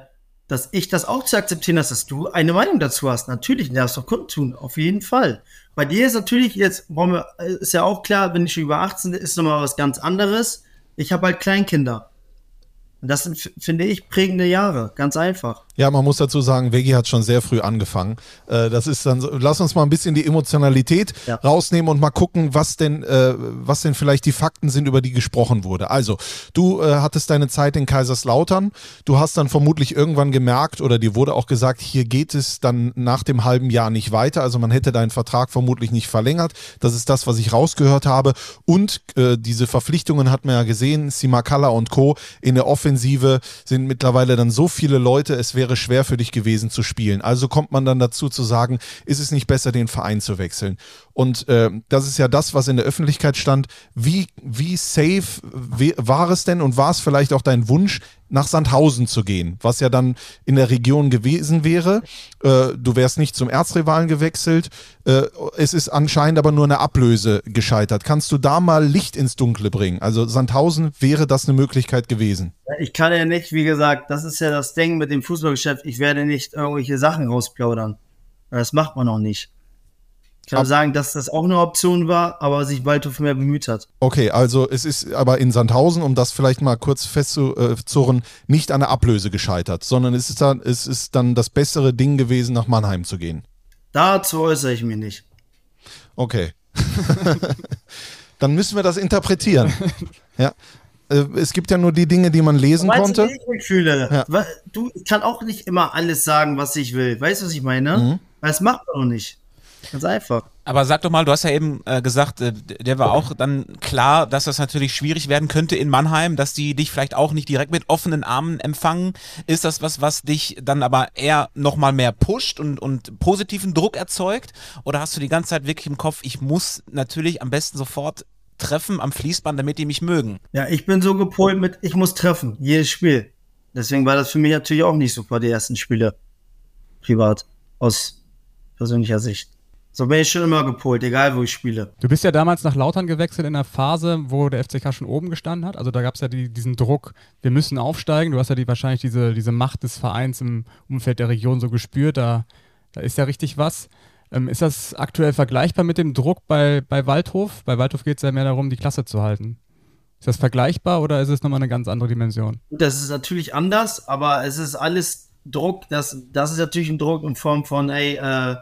dass ich das auch zu akzeptieren, dass, dass du eine Meinung dazu hast. Natürlich, darfst du doch kundtun, auf jeden Fall. Bei dir ist natürlich, jetzt wir, ist ja auch klar, wenn ich schon über achtzehn bin, ist nochmal was ganz anderes. Ich habe halt Kleinkinder. Und das sind, finde ich, prägende Jahre, ganz einfach. Ja, man muss dazu sagen, Veggi hat schon sehr früh angefangen. Äh, das ist dann so, lass uns mal ein bisschen die Emotionalität ja. rausnehmen und mal gucken, was denn, äh, was denn vielleicht die Fakten sind, über die gesprochen wurde. Also, du äh, hattest deine Zeit in Kaiserslautern. Du hast dann vermutlich irgendwann gemerkt, oder dir wurde auch gesagt, hier geht es dann nach dem halben Jahr nicht weiter. Also man hätte deinen Vertrag vermutlich nicht verlängert. Das ist das, was ich rausgehört habe. Und äh, diese Verpflichtungen hat man ja gesehen, Simakala und Co. in der Offensive sind mittlerweile dann so viele Leute, es wäre schwer für dich gewesen zu spielen. Also kommt man dann dazu zu sagen, ist es nicht besser, den Verein zu wechseln? Und äh, das ist ja das, was in der Öffentlichkeit stand. Wie, wie safe war es denn und war es vielleicht auch dein Wunsch, nach Sandhausen zu gehen, was ja dann in der Region gewesen wäre? Äh, du wärst nicht zum Erzrivalen gewechselt. Äh, es ist anscheinend aber nur eine Ablöse gescheitert. Kannst du da mal Licht ins Dunkle bringen? Also Sandhausen, wäre das eine Möglichkeit gewesen? Ich kann ja nicht, wie gesagt, das ist ja das Ding mit dem Fußballgeschäft, ich werde nicht irgendwelche Sachen rausplaudern. Das macht man auch nicht. Ich kann Ab- sagen, dass das auch eine Option war, aber sich Waldhof mehr bemüht hat. Okay, also es ist aber in Sandhausen, um das vielleicht mal kurz festzuzurren, nicht an der Ablöse gescheitert, sondern es ist, dann, es ist dann das bessere Ding gewesen, nach Mannheim zu gehen. Dazu äußere ich mich nicht. Okay. Dann müssen wir das interpretieren. Ja. Es gibt ja nur die Dinge, die man lesen weißt konnte. Du, wie ich mich fühle? Ja. Du, ich kann auch nicht immer alles sagen, was ich will. Weißt du, was ich meine? Mhm. Das macht man auch nicht. Ganz einfach. Aber sag doch mal, du hast ja eben äh, gesagt, äh, der war auch dann klar, dass das natürlich schwierig werden könnte in Mannheim, dass die dich vielleicht auch nicht direkt mit offenen Armen empfangen. Ist das was, was dich dann aber eher nochmal mehr pusht und, und positiven Druck erzeugt? Oder hast du die ganze Zeit wirklich im Kopf, ich muss natürlich am besten sofort treffen am Fließband, damit die mich mögen? Ja, ich bin so gepolt mit, ich muss treffen, jedes Spiel. Deswegen war das für mich natürlich auch nicht super, die ersten Spiele. Privat, aus persönlicher Sicht. So bin ich schon immer gepolt, egal wo ich spiele. Du bist ja damals nach Lautern gewechselt in einer Phase, wo der F C K schon oben gestanden hat. Also da gab es ja die, diesen Druck, wir müssen aufsteigen. Du hast ja die, wahrscheinlich diese, diese Macht des Vereins im Umfeld der Region so gespürt. Da, da ist ja richtig was. Ähm, ist das aktuell vergleichbar mit dem Druck bei, bei Waldhof? Bei Waldhof geht es ja mehr darum, die Klasse zu halten. Ist das vergleichbar oder ist es nochmal eine ganz andere Dimension? Das ist natürlich anders, aber es ist alles Druck. Das, das ist natürlich ein Druck in Form von, ey, äh,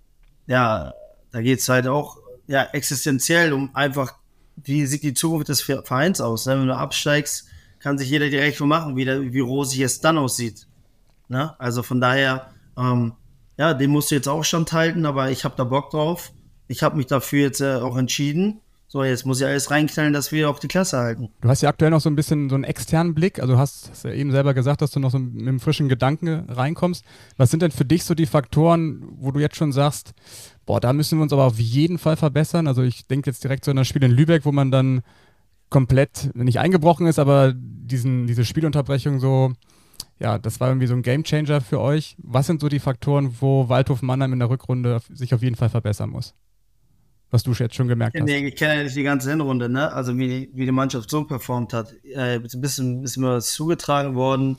ja, da geht es halt auch ja, existenziell um einfach, wie sieht die Zukunft des Vereins aus? Ne? Wenn du absteigst, kann sich jeder direkt schon machen, wie, der, wie rosig es dann aussieht. Ne? Also von daher, ähm, ja, den musst du jetzt auch standhalten, aber ich habe da Bock drauf. Ich habe mich dafür jetzt äh, auch entschieden. So, jetzt muss ich alles reinknallen, dass wir auch die Klasse halten. Du hast ja aktuell noch so ein bisschen so einen externen Blick. Also du hast, hast ja eben selber gesagt, dass du noch so mit einem frischen Gedanken reinkommst. Was sind denn für dich so die Faktoren, wo du jetzt schon sagst, boah, da müssen wir uns aber auf jeden Fall verbessern? Also ich denke jetzt direkt so an das Spiel in Lübeck, wo man dann komplett nicht eingebrochen ist, aber diesen, diese Spielunterbrechung so, ja, das war irgendwie so ein Gamechanger für euch. Was sind so die Faktoren, wo Waldhof Mannheim in der Rückrunde sich auf jeden Fall verbessern muss? Was du jetzt schon gemerkt hast. Nee, ich kenne ja nicht die ganze Hinrunde, ne? Also wie die, wie die Mannschaft so performt hat. Äh, ist ein bisschen, bisschen mir was zugetragen worden.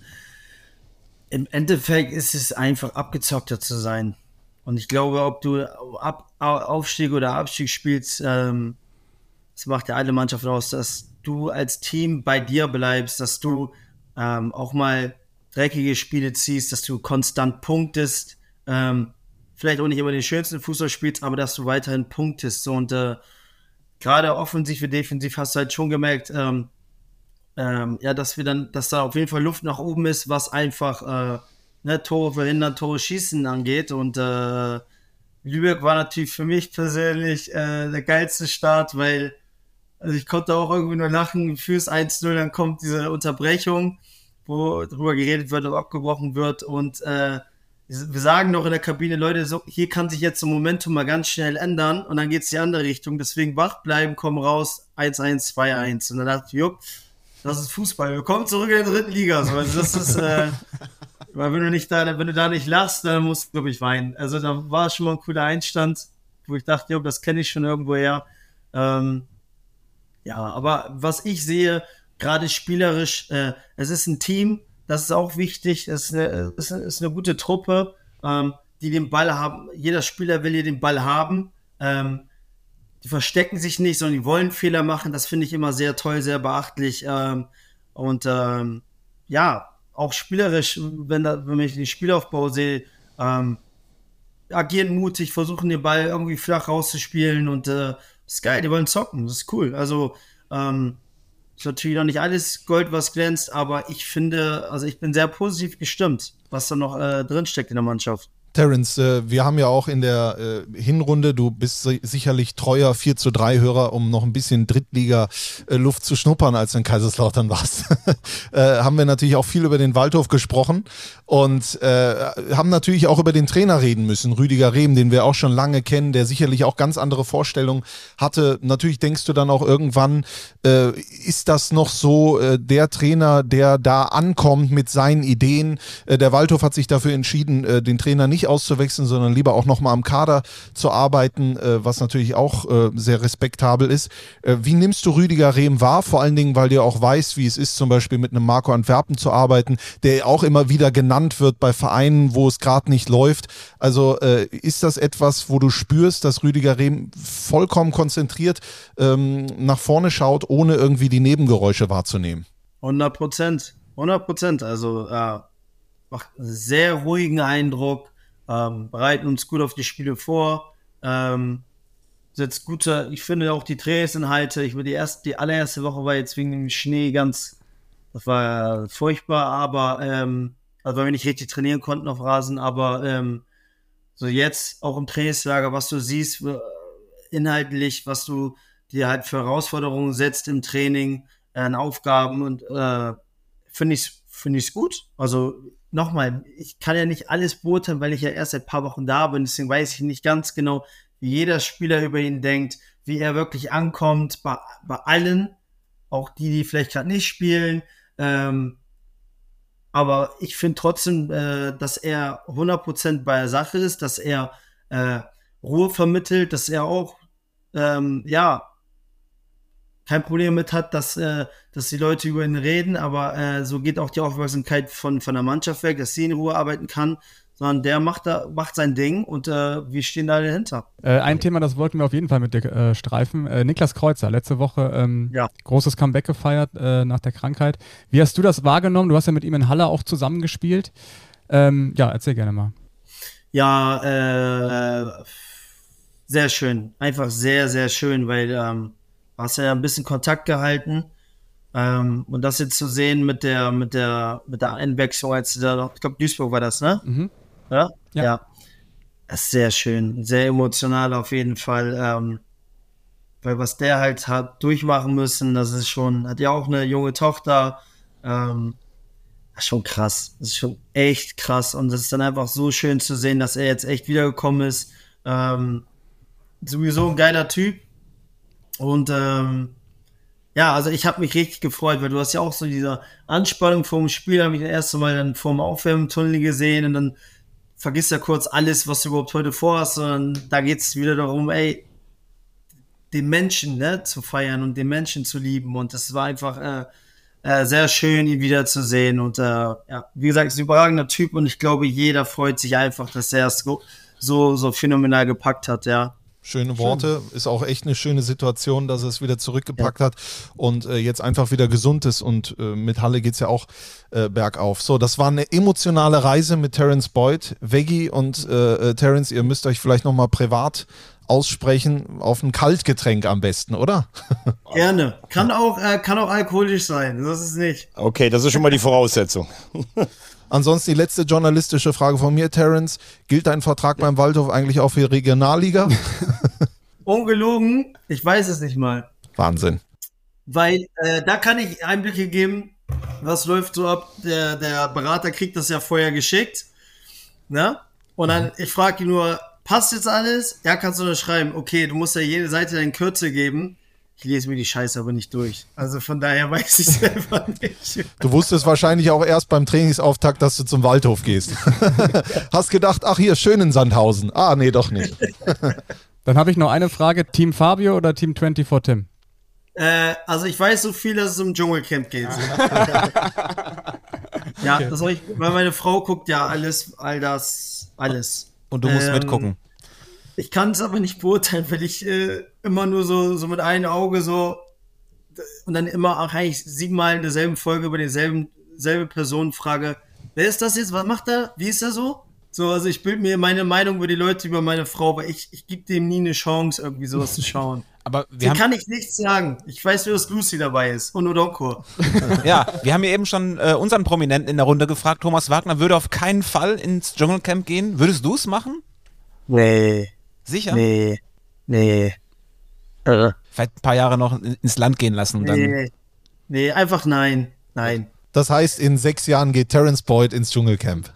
Im Endeffekt ist es einfach abgezockter zu sein. Und ich glaube, ob du Ab, Aufstieg oder Abstieg spielst, ähm, das macht ja alle Mannschaften aus, dass du als Team bei dir bleibst, dass du ähm, auch mal dreckige Spiele ziehst, dass du konstant punktest, ähm, vielleicht auch nicht immer den schönsten Fußball spielst, aber dass du weiterhin punktest. So, und äh, gerade offensiv wie defensiv hast du halt schon gemerkt, ähm, ähm, ja, dass wir dann, dass da auf jeden Fall Luft nach oben ist, was einfach äh, ne, Tore verhindern, Tore schießen angeht. Und äh, Lübeck war natürlich für mich persönlich äh, der geilste Start, weil also ich konnte auch irgendwie nur lachen, fürs eins null, dann kommt diese Unterbrechung, wo darüber geredet wird und abgebrochen wird und äh, wir sagen noch in der Kabine, Leute, so, hier kann sich jetzt so ein Momentum mal ganz schnell ändern und dann geht es die andere Richtung, deswegen wach bleiben, komm raus, eins eins, zwei eins und dann dachte ich, jupp, das ist Fußball, wir kommen zurück in der dritten Liga, so, also das ist, äh, weil wenn du nicht da, wenn du da nicht lachst, dann musst du, glaube ich, weinen, also da war schon mal ein cooler Einstand, wo ich dachte, jupp, das kenne ich schon irgendwoher, ähm, ja, aber was ich sehe, gerade spielerisch, äh, es ist ein Team, das ist auch wichtig. Es ist eine, ist eine, ist eine gute Truppe, ähm, die den Ball haben. Jeder Spieler will hier den Ball haben. Ähm, die verstecken sich nicht, sondern die wollen Fehler machen. Das finde ich immer sehr toll, sehr beachtlich. Ähm, und ähm, ja, auch spielerisch, wenn, da, wenn ich den Spielaufbau sehe, ähm, agieren mutig, versuchen den Ball irgendwie flach rauszuspielen und äh, das ist geil, die wollen zocken, das ist cool. Also ähm, ist natürlich noch nicht alles Gold, was glänzt, aber ich finde, also ich bin sehr positiv gestimmt, was da noch äh, drinsteckt in der Mannschaft. Terence, äh, wir haben ja auch in der äh, Hinrunde, du bist si- sicherlich treuer vier zu drei Hörer, um noch ein bisschen Drittliga-Luft äh, zu schnuppern, als du in Kaiserslautern warst. äh, haben wir natürlich auch viel über den Waldhof gesprochen und äh, haben natürlich auch über den Trainer reden müssen, Rüdiger Rehm, den wir auch schon lange kennen, der sicherlich auch ganz andere Vorstellungen hatte. Natürlich denkst du dann auch irgendwann, äh, ist das noch so äh, der Trainer, der da ankommt mit seinen Ideen? Äh, der Waldhof hat sich dafür entschieden, äh, den Trainer nicht auszuwechseln, sondern lieber auch nochmal am Kader zu arbeiten, äh, was natürlich auch äh, sehr respektabel ist. Äh, wie nimmst du Rüdiger Rehm wahr? Vor allen Dingen, weil du auch weißt, wie es ist, zum Beispiel mit einem Marco Antwerpen zu arbeiten, der auch immer wieder genannt wird bei Vereinen, wo es gerade nicht läuft. Also äh, ist das etwas, wo du spürst, dass Rüdiger Rehm vollkommen konzentriert ähm, nach vorne schaut, ohne irgendwie die Nebengeräusche wahrzunehmen? hundert Prozent. hundert Prozent. Also äh, macht einen sehr ruhigen Eindruck. Ähm, bereiten uns gut auf die Spiele vor, ähm, setzt gute, ich finde auch die Trainingsinhalte, ich war die erste, die allererste Woche war jetzt wegen dem Schnee ganz, das war furchtbar, aber, ähm, also weil wir nicht richtig trainieren konnten auf Rasen, aber ähm, so jetzt auch im Trainingslager, was du siehst, inhaltlich, was du dir halt für Herausforderungen setzt im Training, äh, an Aufgaben und äh, finde ich finde ich es gut, also nochmal, ich kann ja nicht alles beurteilen, weil ich ja erst seit ein paar Wochen da bin, deswegen weiß ich nicht ganz genau, wie jeder Spieler über ihn denkt, wie er wirklich ankommt, bei, bei allen, auch die, die vielleicht gerade nicht spielen, ähm, aber ich finde trotzdem, äh, dass er hundert Prozent bei der Sache ist, dass er äh, Ruhe vermittelt, dass er auch, ähm, ja, kein Problem mit hat, dass, äh, dass die Leute über ihn reden, aber äh, so geht auch die Aufmerksamkeit von, von der Mannschaft weg, dass sie in Ruhe arbeiten kann, sondern der macht da macht sein Ding und äh, wir stehen da dahinter. Äh, ein Thema, das wollten wir auf jeden Fall mit dir äh, streifen. Äh, Niklas Kreuzer, letzte Woche ähm, ja. großes Comeback gefeiert äh, nach der Krankheit. Wie hast du das wahrgenommen? Du hast ja mit ihm in Halle auch zusammengespielt. Ähm, ja, erzähl gerne mal. Ja, äh, sehr schön. Einfach sehr, sehr schön, weil ähm, hast ja ein bisschen Kontakt gehalten. Ähm, und das jetzt zu sehen mit der, mit der, mit der Einwechslung, als da noch, ich glaube, Duisburg war das, ne? Mhm. Ja? Ja. Ja. Das ist sehr schön. Sehr emotional auf jeden Fall. Ähm, weil was der halt hat durchmachen müssen, das ist schon, hat ja auch eine junge Tochter. Ähm, das ist schon krass. Das ist schon echt krass. Und es ist dann einfach so schön zu sehen, dass er jetzt echt wiedergekommen ist. Ähm, sowieso ein geiler Typ. Und ähm, ja, also ich habe mich richtig gefreut, weil du hast ja auch so diese Anspannung vorm Spiel, habe ich das erste Mal dann vorm Aufwärmtunnel gesehen und dann vergisst ja kurz alles, was du überhaupt heute vorhast, sondern da geht es wieder darum, ey, den Menschen, ne, zu feiern und den Menschen zu lieben und das war einfach äh, äh, sehr schön, ihn wiederzusehen und äh, ja, wie gesagt, ist ein überragender Typ und ich glaube, jeder freut sich einfach, dass er es so, so, so phänomenal gepackt hat, ja. Schöne Worte, Schön. Ist auch echt eine schöne Situation, dass er es wieder zurückgepackt ja. hat und äh, jetzt einfach wieder gesund ist und äh, mit Halle geht es ja auch äh, bergauf. So, das war eine emotionale Reise mit Terence Boyd. Veggie und äh, Terence, ihr müsst euch vielleicht nochmal privat aussprechen, auf ein Kaltgetränk am besten, oder? Gerne. Kann auch, äh, kann auch alkoholisch sein, das ist nicht. Okay, das ist schon mal die Voraussetzung. Ansonsten die letzte journalistische Frage von mir, Terence. Gilt dein Vertrag beim Waldhof eigentlich auch für die Regionalliga? Ungelogen, ich weiß es nicht mal. Wahnsinn. Weil äh, da kann ich Einblicke geben, was läuft so ab. Der, der Berater kriegt das ja vorher geschickt. Ne? Und dann, ich frage ihn nur, passt jetzt alles? Ja, kannst du nur schreiben, okay, du musst ja jede Seite deinen Kürzel geben. Ich lese mir die Scheiße aber nicht durch. Also von daher weiß ich es einfach nicht. Du wusstest wahrscheinlich auch erst beim Trainingsauftakt, dass du zum Waldhof gehst. Hast gedacht, ach hier, schön in Sandhausen. Ah, nee, doch nicht. Dann habe ich noch eine Frage. Team Fabio oder Team vierundzwanzig Tim? Äh, also ich weiß so viel, dass es um Dschungelcamp geht. Ja, Okay. das soll ich, weil meine Frau guckt ja alles, all das, alles. Und du musst Ähm, mitgucken. Ich kann es aber nicht beurteilen, weil ich äh, immer nur so, so mit einem Auge so und dann immer auch eigentlich siebenmal in derselben Folge über denselben selbe Person frage, wer ist das jetzt, was macht er, wie ist er so? So, also ich bilde mir meine Meinung über die Leute, über meine Frau, weil ich, ich gebe dem nie eine Chance, irgendwie sowas zu schauen. Aber wir Hier haben- kann ich nichts sagen. Ich weiß nur, dass Lucy dabei ist und Odoko. Ja, wir haben ja eben schon äh, unseren Prominenten in der Runde gefragt, Thomas Wagner würde auf keinen Fall ins Dschungelcamp gehen. Würdest du es machen? Nee. Sicher? Nee. Nee. Äh. Vielleicht ein paar Jahre noch in- ins Land gehen lassen und dann. Nee. Nee, einfach nein. Nein. Das heißt, in sechs Jahren geht Terence Boyd ins Dschungelcamp.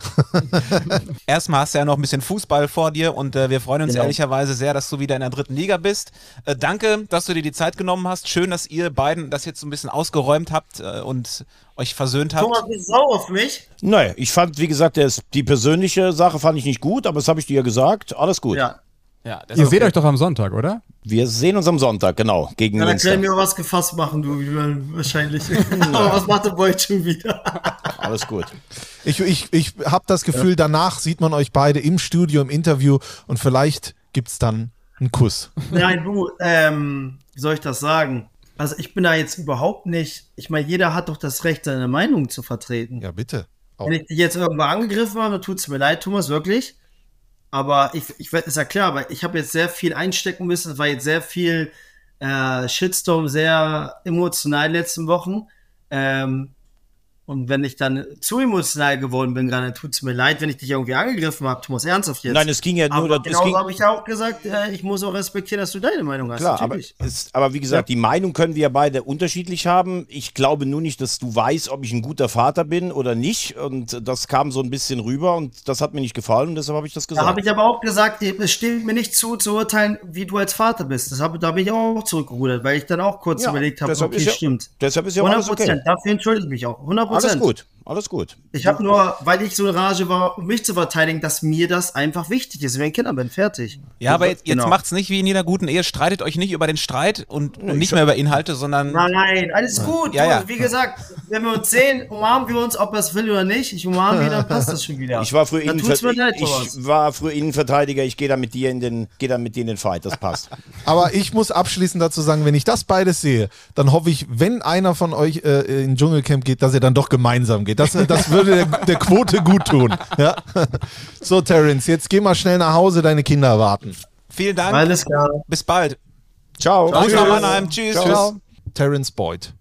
Erstmal hast du ja noch ein bisschen Fußball vor dir und äh, wir freuen uns Genau. ehrlicherweise sehr, dass du wieder in der dritten Liga bist. Äh, danke, dass du dir die Zeit genommen hast. Schön, dass ihr beiden das jetzt so ein bisschen ausgeräumt habt äh, und euch versöhnt habt. Thomas, bist du sauer auf mich? Naja, ich fand, wie gesagt, das, die persönliche Sache fand ich nicht gut, aber das habe ich dir ja gesagt. Alles gut. Ja. Ja, Ihr seht euch doch am Sonntag, oder? Wir sehen uns am Sonntag, genau, gegen Ja, dann Münster. können wir was gefasst machen, du, wahrscheinlich. Aber was macht der Boyd schon wieder? Alles gut. Ich, ich, ich habe das Gefühl, danach sieht man euch beide im Studio, im Interview und vielleicht gibt es dann einen Kuss. Nein, du, ähm, wie soll ich das sagen? Also ich bin da jetzt überhaupt nicht, ich meine, jeder hat doch das Recht, seine Meinung zu vertreten. Ja, bitte. Wenn ich dich jetzt irgendwo angegriffen habe, dann tut es mir leid, Thomas, wirklich. Aber ich, ich werde es ja klar, weil ich habe jetzt sehr viel einstecken müssen. Es war jetzt sehr viel äh, Shitstorm, sehr emotional in den letzten Wochen. Ähm, und wenn ich dann zu emotional geworden bin, dann tut es mir leid, wenn ich dich irgendwie angegriffen habe, Thomas, ernsthaft jetzt. Nein, es ging ja nur, aber es genauso ging- habe ich ja auch gesagt, äh, ich muss auch respektieren, dass du deine Meinung hast. Klar, aber, natürlich. es, aber wie gesagt, die Meinung können wir beide unterschiedlich haben. Ich glaube nur nicht, dass du weißt, ob ich ein guter Vater bin oder nicht. Und das kam so ein bisschen rüber und das hat mir nicht gefallen und deshalb habe ich das Da gesagt. habe ich aber auch gesagt, es steht mir nicht zu, zu urteilen, wie du als Vater bist. Das habe, da habe ich auch zurückgerudert, weil ich dann auch kurz Ja, überlegt habe, deshalb okay, ist ja- stimmt. deshalb ist ja auch alles okay. hundert Prozent, dafür entschuldige ich mich auch. hundert Prozent. Alles gut, alles gut. Ich habe nur, weil ich so in Rage war, um mich zu verteidigen, dass mir das einfach wichtig ist, wenn ich Kinder bin. Fertig. Ja, aber jetzt, jetzt Genau. macht's nicht wie in jeder guten Ehe. Streitet euch nicht über den Streit und, und nicht mehr über Inhalte, sondern. Nein, nein, alles gut. Ja, ja. Wie gesagt, wenn wir uns sehen, umarmen wir uns, ob er es will oder nicht. Ich umarme ihn, dann passt das schon wieder. Ich war früher, Dann tut's mir leid, Innenver Thomas. ich war früher Innenverteidiger, ich gehe da mit dir in den, gehe da mit dir in den Fight, das passt. Aber ich muss abschließend dazu sagen, wenn ich das beides sehe, dann hoffe ich, wenn einer von euch äh, in Dschungelcamp geht, dass ihr dann doch gemeinsam geht. Das, das würde der, der Quote gut tun. Ja? So, Terence, jetzt geh mal schnell nach Hause, deine Kinder warten. Vielen Dank. Alles klar. Bis bald. Ciao. Gruß Tschüss. nach Mannheim. Tschüss. Ciao. Tschüss. Terence Boyd.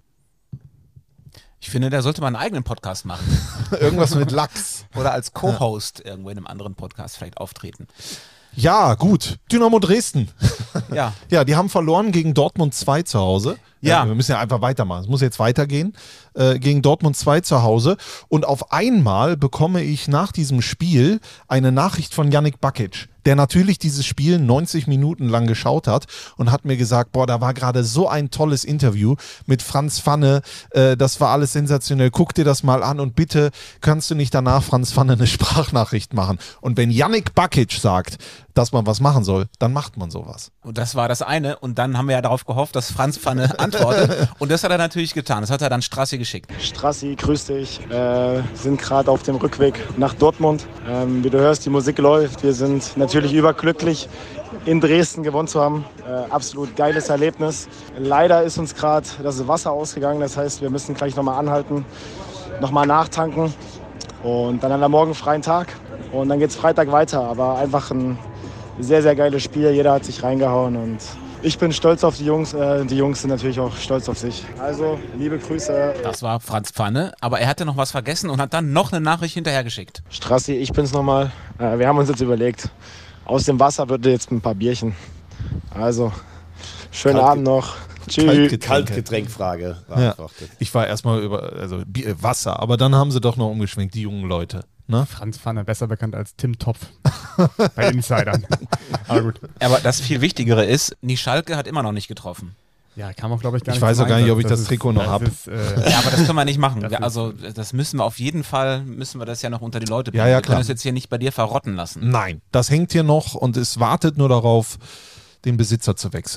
Ich finde, der sollte mal einen eigenen Podcast machen. Irgendwas mit Lachs. Oder als Co-Host irgendwo in einem anderen Podcast vielleicht auftreten. Ja, gut. Dynamo Dresden. Ja. Ja, die haben verloren gegen Dortmund zwei zu Hause. Ja. Wir müssen ja einfach weitermachen. Es muss jetzt weitergehen. Äh, gegen Dortmund zwei zu Hause. Und auf einmal bekomme ich nach diesem Spiel eine Nachricht von Yannick Bakic, der natürlich dieses Spiel neunzig Minuten lang geschaut hat und hat mir gesagt, boah, da war gerade so ein tolles Interview mit Franz Pfanne. Äh, das war alles sensationell. Guck dir das mal an und bitte kannst du nicht danach Franz Pfanne eine Sprachnachricht machen. Und wenn Yannick Bakic sagt, dass man was machen soll, dann macht man sowas. Und das war das eine. Und dann haben wir ja darauf gehofft, dass Franz Pfanne antwortet. Und das hat er natürlich getan. Das hat er dann Strassi geschickt. Strassi, grüß dich. Äh, sind gerade auf dem Rückweg nach Dortmund. Ähm, wie du hörst, die Musik läuft. Wir sind natürlich überglücklich, in Dresden gewonnen zu haben. Äh, absolut geiles Erlebnis. Leider ist uns gerade das Wasser ausgegangen. Das heißt, wir müssen gleich nochmal anhalten, nochmal nachtanken. Und dann haben wir morgen freien Tag. Und dann geht es Freitag weiter. Aber einfach ein sehr, sehr geiles Spiel. Jeder hat sich reingehauen und ich bin stolz auf die Jungs. Äh, die Jungs sind natürlich auch stolz auf sich. Also, liebe Grüße. Das war Franz Pfanne. Aber er hatte noch was vergessen und hat dann noch eine Nachricht hinterhergeschickt. Strassi, ich bin's nochmal. Äh, wir haben uns jetzt überlegt, aus dem Wasser wird jetzt ein paar Bierchen. Also, schönen Kalt- Abend noch. Tschüss. Kaltgetränke. Kaltgetränkfrage. Ja. Ich war erstmal über also Bier, Wasser, aber dann haben sie doch noch umgeschwenkt, die jungen Leute. Ne? Franz Pfanne, besser bekannt als Tim Topf bei Insidern. Aber gut. Aber das viel Wichtigere ist, Nischalke hat immer noch nicht getroffen. Ja, kam auch, glaube ich, gar Ich nicht weiß zum auch gar nicht, Einsatz. ob ich das ist- Trikot noch das hab. ist, äh, Ja, aber das können wir nicht machen. Das Wir, ist- also das müssen wir auf jeden Fall, müssen wir das ja noch unter die Leute Ja, bringen. ja, Wir klar. können es jetzt hier nicht bei dir verrotten lassen. Nein, das hängt hier noch und es wartet nur darauf, den Besitzer zu wechseln.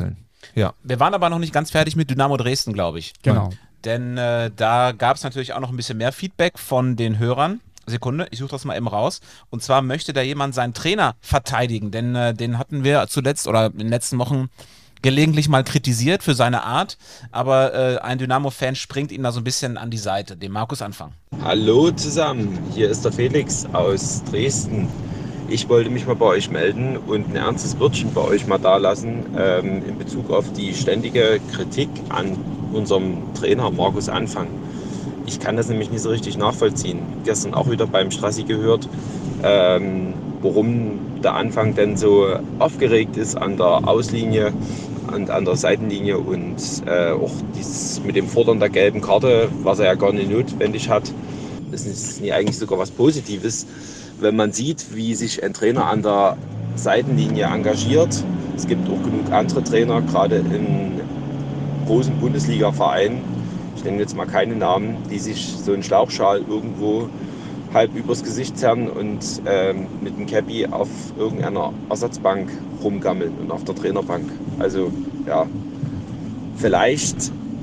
Ja. Wir waren aber noch nicht ganz fertig mit Dynamo Dresden, glaube ich. Genau. Denn äh, da gab es natürlich auch noch ein bisschen mehr Feedback von den Hörern. Sekunde, ich suche das mal eben raus. Und zwar möchte da jemand seinen Trainer verteidigen, denn äh, den hatten wir zuletzt oder in den letzten Wochen gelegentlich mal kritisiert für seine Art, aber äh, ein Dynamo-Fan springt ihm da so ein bisschen an die Seite. Dem Markus anfangen. Hallo zusammen, hier ist der Felix aus Dresden. Ich wollte mich mal bei euch melden und ein ernstes Wörtchen bei euch mal dalassen ähm, in Bezug auf die ständige Kritik an unserem Trainer Markus Anfang. Ich kann das nämlich nicht so richtig nachvollziehen. Gestern auch wieder beim Strassi gehört, ähm, warum der Anfang denn so aufgeregt ist an der Auslinie und an der Seitenlinie und äh, auch dieses mit dem Fordern der gelben Karte, was er ja gar nicht notwendig hat, das ist nie eigentlich sogar was Positives, wenn man sieht, wie sich ein Trainer an der Seitenlinie engagiert. Es gibt auch genug andere Trainer, gerade in großen Bundesliga-Vereinen, ich nenne jetzt mal keine Namen, die sich so einen Schlauchschal irgendwo halb übers Gesicht zerren und ähm, mit dem Cappy auf irgendeiner Ersatzbank rumgammeln und auf der Trainerbank. Also ja, vielleicht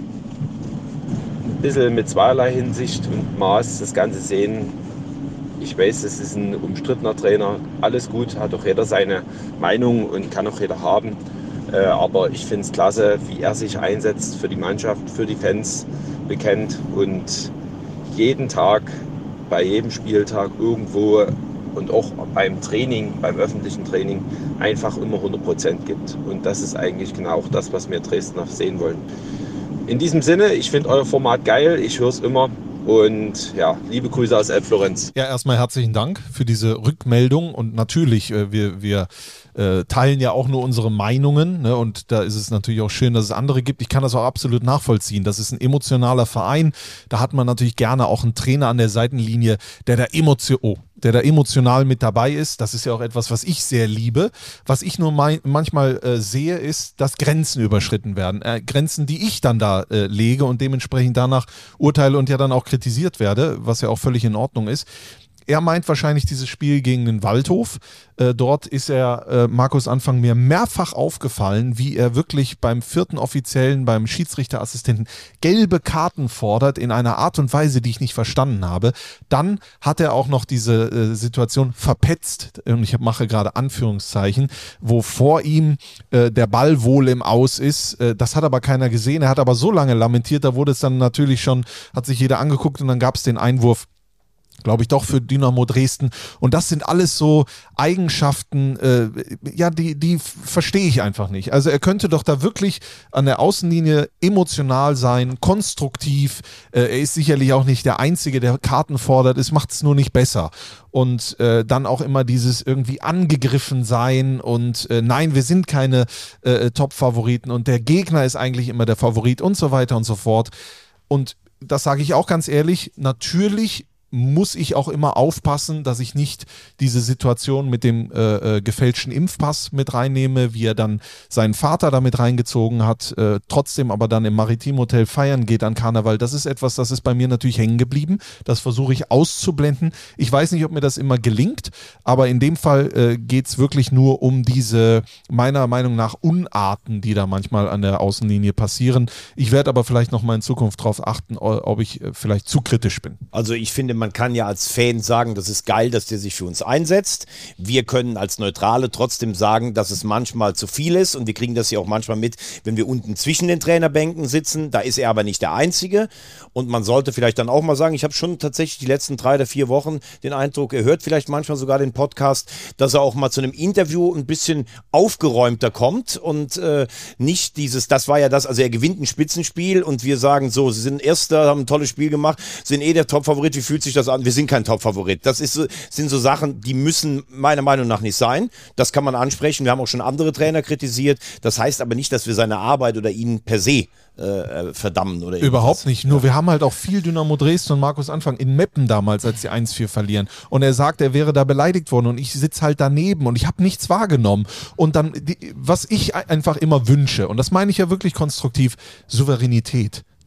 ein bisschen mit zweierlei Hinsicht und Maß das Ganze sehen. Ich weiß, es ist ein umstrittener Trainer, alles gut, hat auch jeder seine Meinung und kann auch jeder haben. Äh, aber ich finde es klasse, wie er sich einsetzt für die Mannschaft, für die Fans bekennt und jeden Tag, bei jedem Spieltag irgendwo und auch beim Training, beim öffentlichen Training einfach immer hundert Prozent gibt. Und das ist eigentlich genau auch das, was wir Dresdner sehen wollen. In diesem Sinne, ich finde euer Format geil, ich höre es immer. Und ja, liebe Grüße aus Elbflorenz. Ja, erstmal herzlichen Dank für diese Rückmeldung und natürlich, äh, wir, wir äh, teilen ja auch nur unsere Meinungen, ne? Und da ist es natürlich auch schön, dass es andere gibt. Ich kann das auch absolut nachvollziehen. Das ist ein emotionaler Verein, da hat man natürlich gerne auch einen Trainer an der Seitenlinie, der da Emotion, oh, der da emotional mit dabei ist. Das ist ja auch etwas, was ich sehr liebe. Was ich nur mein, manchmal äh, sehe, ist, dass Grenzen überschritten werden. Äh, Grenzen, die ich dann da äh, lege und dementsprechend danach urteile und ja dann auch kritisiert werde, was ja auch völlig in Ordnung ist. Er meint wahrscheinlich dieses Spiel gegen den Waldhof. Äh, dort ist er, äh, Markus Anfang, mir mehrfach aufgefallen, wie er wirklich beim vierten Offiziellen, beim Schiedsrichterassistenten gelbe Karten fordert in einer Art und Weise, die ich nicht verstanden habe. Dann hat er auch noch diese äh, Situation verpetzt, und ich mache gerade Anführungszeichen, wo vor ihm äh, der Ball wohl im Aus ist. Äh, das hat aber keiner gesehen. Er hat aber so lange lamentiert, da wurde es dann natürlich schon, hat sich jeder angeguckt und dann gab es den Einwurf, glaube ich, doch für Dynamo Dresden. Und das sind alles so Eigenschaften, äh, ja, die, die verstehe ich einfach nicht. Also er könnte doch da wirklich an der Außenlinie emotional sein, konstruktiv. Äh, er ist sicherlich auch nicht der Einzige, der Karten fordert. Es macht es nur nicht besser. Und äh, dann auch immer dieses irgendwie angegriffen sein und äh, nein, wir sind keine äh, Top-Favoriten und der Gegner ist eigentlich immer der Favorit und so weiter und so fort. Und das sage ich auch ganz ehrlich, natürlich muss ich auch immer aufpassen, dass ich nicht diese Situation mit dem äh, äh, gefälschten Impfpass mit reinnehme, wie er dann seinen Vater damit reingezogen hat, äh, trotzdem aber dann im Maritim-Hotel feiern geht an Karneval. Das ist etwas, das ist bei mir natürlich hängen geblieben. Das versuche ich auszublenden. Ich weiß nicht, ob mir das immer gelingt, aber in dem Fall äh, geht es wirklich nur um diese, meiner Meinung nach, Unarten, die da manchmal an der Außenlinie passieren. Ich werde aber vielleicht noch mal in Zukunft darauf achten, ob ich äh, vielleicht zu kritisch bin. Also ich finde, man kann ja als Fan sagen, das ist geil, dass der sich für uns einsetzt. Wir können als Neutrale trotzdem sagen, dass es manchmal zu viel ist und wir kriegen das ja auch manchmal mit, wenn wir unten zwischen den Trainerbänken sitzen. Da ist er aber nicht der Einzige und man sollte vielleicht dann auch mal sagen, ich habe schon tatsächlich die letzten drei oder vier Wochen den Eindruck, er hört vielleicht manchmal sogar den Podcast, dass er auch mal zu einem Interview ein bisschen aufgeräumter kommt und äh, nicht dieses, das war ja das, also er gewinnt ein Spitzenspiel und wir sagen so, sie sind Erster, haben ein tolles Spiel gemacht, sind eh der Top-Favorit, wie fühlt sich das an? Wir sind kein Top-Favorit. Das ist so, sind so Sachen, die müssen meiner Meinung nach nicht sein. Das kann man ansprechen. Wir haben auch schon andere Trainer kritisiert. Das heißt aber nicht, dass wir seine Arbeit oder ihn per se äh, verdammen oder Überhaupt nicht. Nur ja. Wir haben halt auch viel Dynamo Dresden und Markus Anfang in Meppen damals, als sie eins vier verlieren. Und er sagt, er wäre da beleidigt worden und ich sitze halt daneben und ich habe nichts wahrgenommen. Und dann, die, was ich einfach immer wünsche, und das meine ich ja wirklich konstruktiv, Souveränität.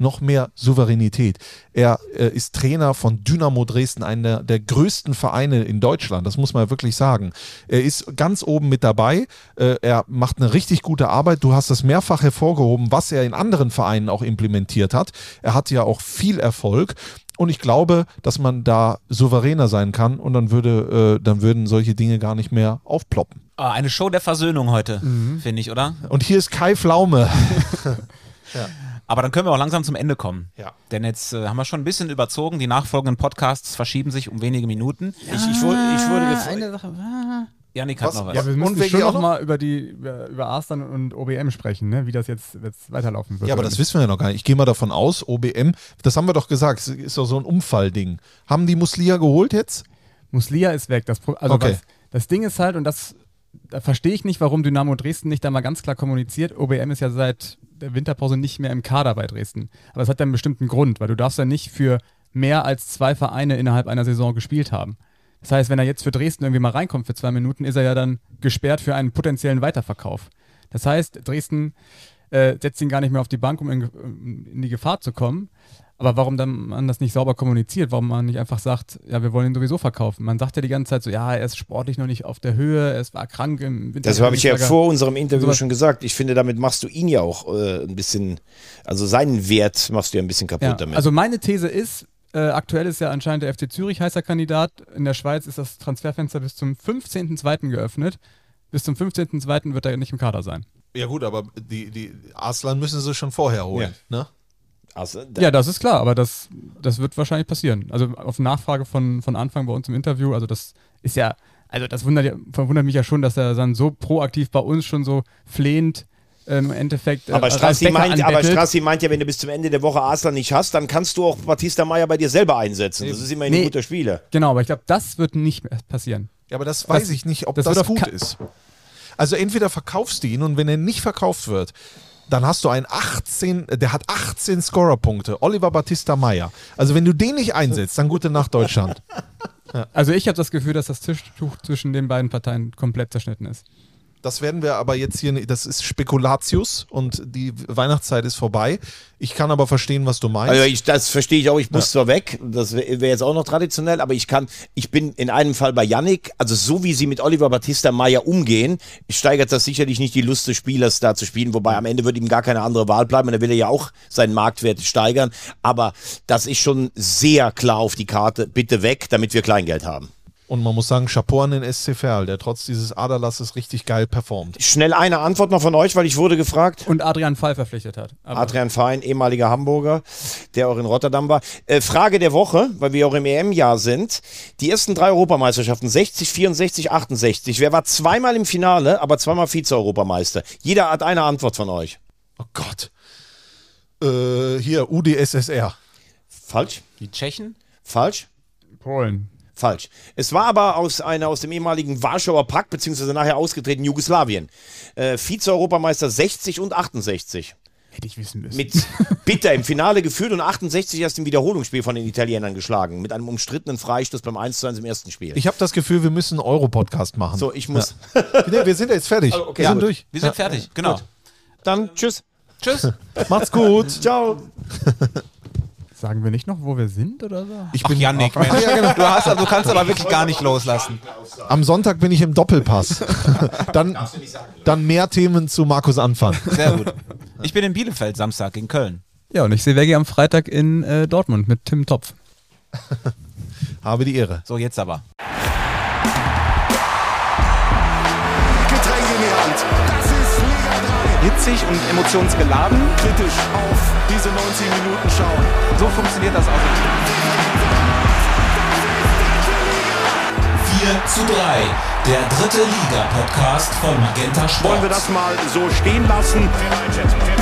noch mehr Souveränität. Er äh, ist Trainer von Dynamo Dresden, einer der größten Vereine in Deutschland, das muss man wirklich sagen. Er ist ganz oben mit dabei, äh, er macht eine richtig gute Arbeit, du hast das mehrfach hervorgehoben, was er in anderen Vereinen auch implementiert hat. Er hat ja auch viel Erfolg. Und ich glaube, dass man da souveräner sein kann und dann würde, äh, dann würden solche Dinge gar nicht mehr aufploppen. Oh, eine Show der Versöhnung heute, mhm. finde ich, oder? Und hier ist Kai Pflaume. Ja. Aber dann können wir auch langsam zum Ende kommen. Ja. Denn jetzt äh, haben wir schon ein bisschen überzogen. Die nachfolgenden Podcasts verschieben sich um wenige Minuten. Ja, ich, ich, wurde, ich wurde gefragt. Eine Sache. Janik hat was? noch was. Ja, wir müssen schon noch mal über, die, über, über Arslan und O B M sprechen, ne? Wie das jetzt, jetzt weiterlaufen wird. Ja, aber das wissen wir ja noch gar nicht. Ich gehe mal davon aus, O B M, das haben wir doch gesagt, das ist doch so ein Unfallding. Haben die Muslia geholt jetzt? Muslia ist weg. Das, also okay. was, das Ding ist halt, und das da verstehe ich nicht, warum Dynamo Dresden nicht da mal ganz klar kommuniziert. O B M ist ja seit der Winterpause nicht mehr im Kader bei Dresden. Aber es hat ja einen bestimmten Grund, weil du darfst ja nicht für mehr als zwei Vereine innerhalb einer Saison gespielt haben. Das heißt, wenn er jetzt für Dresden irgendwie mal reinkommt für zwei Minuten, ist er ja dann gesperrt für einen potenziellen Weiterverkauf. Das heißt, Dresden äh, setzt ihn gar nicht mehr auf die Bank, um in, in die Gefahr zu kommen. Aber warum dann man das nicht sauber kommuniziert? Warum man nicht einfach sagt, ja, wir wollen ihn sowieso verkaufen? Man sagt ja die ganze Zeit so, ja, er ist sportlich noch nicht auf der Höhe, er war krank im Winter. Das habe ich ja vor unserem Interview schon gesagt. Ich finde, damit machst du ihn ja auch äh, ein bisschen, also seinen Wert machst du ja ein bisschen kaputt ja, damit. Also meine These ist, Äh, aktuell ist ja anscheinend der F C Zürich heißer Kandidat. In der Schweiz ist das Transferfenster bis zum fünfzehnten zweiten geöffnet. Bis zum fünfzehnten zweiten wird er nicht im Kader sein. Ja gut, aber die, die Arslan müssen sie schon vorher holen, ja. ne? Also, da ja, das ist klar, aber das, das wird wahrscheinlich passieren. Also auf Nachfrage von, von Anfang bei uns im Interview, also das ist ja, also das wundert, verwundert mich ja schon, dass er dann so proaktiv bei uns schon so flehend im Endeffekt. Aber Strassi meint, aber Strassi meint ja, wenn du bis zum Ende der Woche Arslan nicht hast, dann kannst du auch Batista Meyer bei dir selber einsetzen. Das ist immerhin nee, ein guter Spieler. Genau, aber ich glaube, das wird nicht mehr passieren. Ja, aber das weiß das, ich nicht, ob das, das gut ist. Also entweder verkaufst du ihn und wenn er nicht verkauft wird, dann hast du einen achtzehn, der hat achtzehn Scorerpunkte, Oliver Batista Meyer. Also wenn du den nicht einsetzt, dann gute Nacht Deutschland. Ja. Also ich habe das Gefühl, dass das Tischtuch zwischen den beiden Parteien komplett zerschnitten ist. Das werden wir aber jetzt hier, das ist Spekulatius und die Weihnachtszeit ist vorbei. Ich kann aber verstehen, was du meinst. Also ich, das verstehe ich auch, ich muss ja. zwar weg, das wäre wär jetzt auch noch traditionell, aber ich kann, ich bin in einem Fall bei Yannick, also so wie sie mit Oliver Batista Meyer umgehen, steigert das sicherlich nicht die Lust des Spielers da zu spielen, wobei am Ende wird ihm gar keine andere Wahl bleiben und da will er ja auch seinen Marktwert steigern, aber das ist schon sehr klar auf die Karte, bitte weg, damit wir Kleingeld haben. Und man muss sagen, Chapeau an den S C Verl, der trotz dieses Aderlasses richtig geil performt. Schnell eine Antwort noch von euch, weil ich wurde gefragt. Und Adrian Fall verpflichtet hat. Aber Adrian Fein, ehemaliger Hamburger, der auch in Rotterdam war. Äh, Frage der Woche, weil wir auch im E M-Jahr sind. Die ersten drei Europameisterschaften, sechzig, vierundsechzig, achtundsechzig. Wer war zweimal im Finale, aber zweimal Vize-Europameister? Jeder hat eine Antwort von euch. Oh Gott. Äh, hier, U d S S R. Falsch. Die Tschechen? Falsch. Polen. Falsch. Es war aber aus einer aus dem ehemaligen Warschauer Pakt, beziehungsweise nachher ausgetretenen Jugoslawien. Äh, Vize-Europameister sechzig und achtundsechzig. Hätte ich wissen müssen. Mit bitter im Finale geführt und achtundsechzig erst im Wiederholungsspiel von den Italienern geschlagen. Mit einem umstrittenen Freistoß beim eins zu eins im ersten Spiel. Ich habe das Gefühl, wir müssen einen Euro-Podcast machen. So, ich muss. Ja. Nee, wir sind jetzt fertig. Also, okay, wir ja, sind gut. durch. Wir sind ja. fertig, genau. Gut. Dann tschüss. Tschüss. Macht's gut. Ciao. Sagen wir nicht noch, wo wir sind oder so? Ich bin Ach, Janik, Mensch. Ja, genau. du, hast, du kannst aber wirklich gar nicht loslassen. Am Sonntag bin ich im Doppelpass. dann, dann mehr Themen zu Markus Anfang. Sehr gut. Ich bin in Bielefeld Samstag gegen Köln. Ja, und ich sehe Veggie am Freitag in äh, Dortmund mit Tim Topf. Habe die Ehre. So, jetzt aber. Getränk in die Hand. Das ist Liga drei. Hitzig und emotionsgeladen. Kritisch auf diese neunzig Minuten schauen. So funktioniert das auch. vier zu drei, der dritte Liga-Podcast von Magenta Sport. Wollen wir das mal so stehen lassen?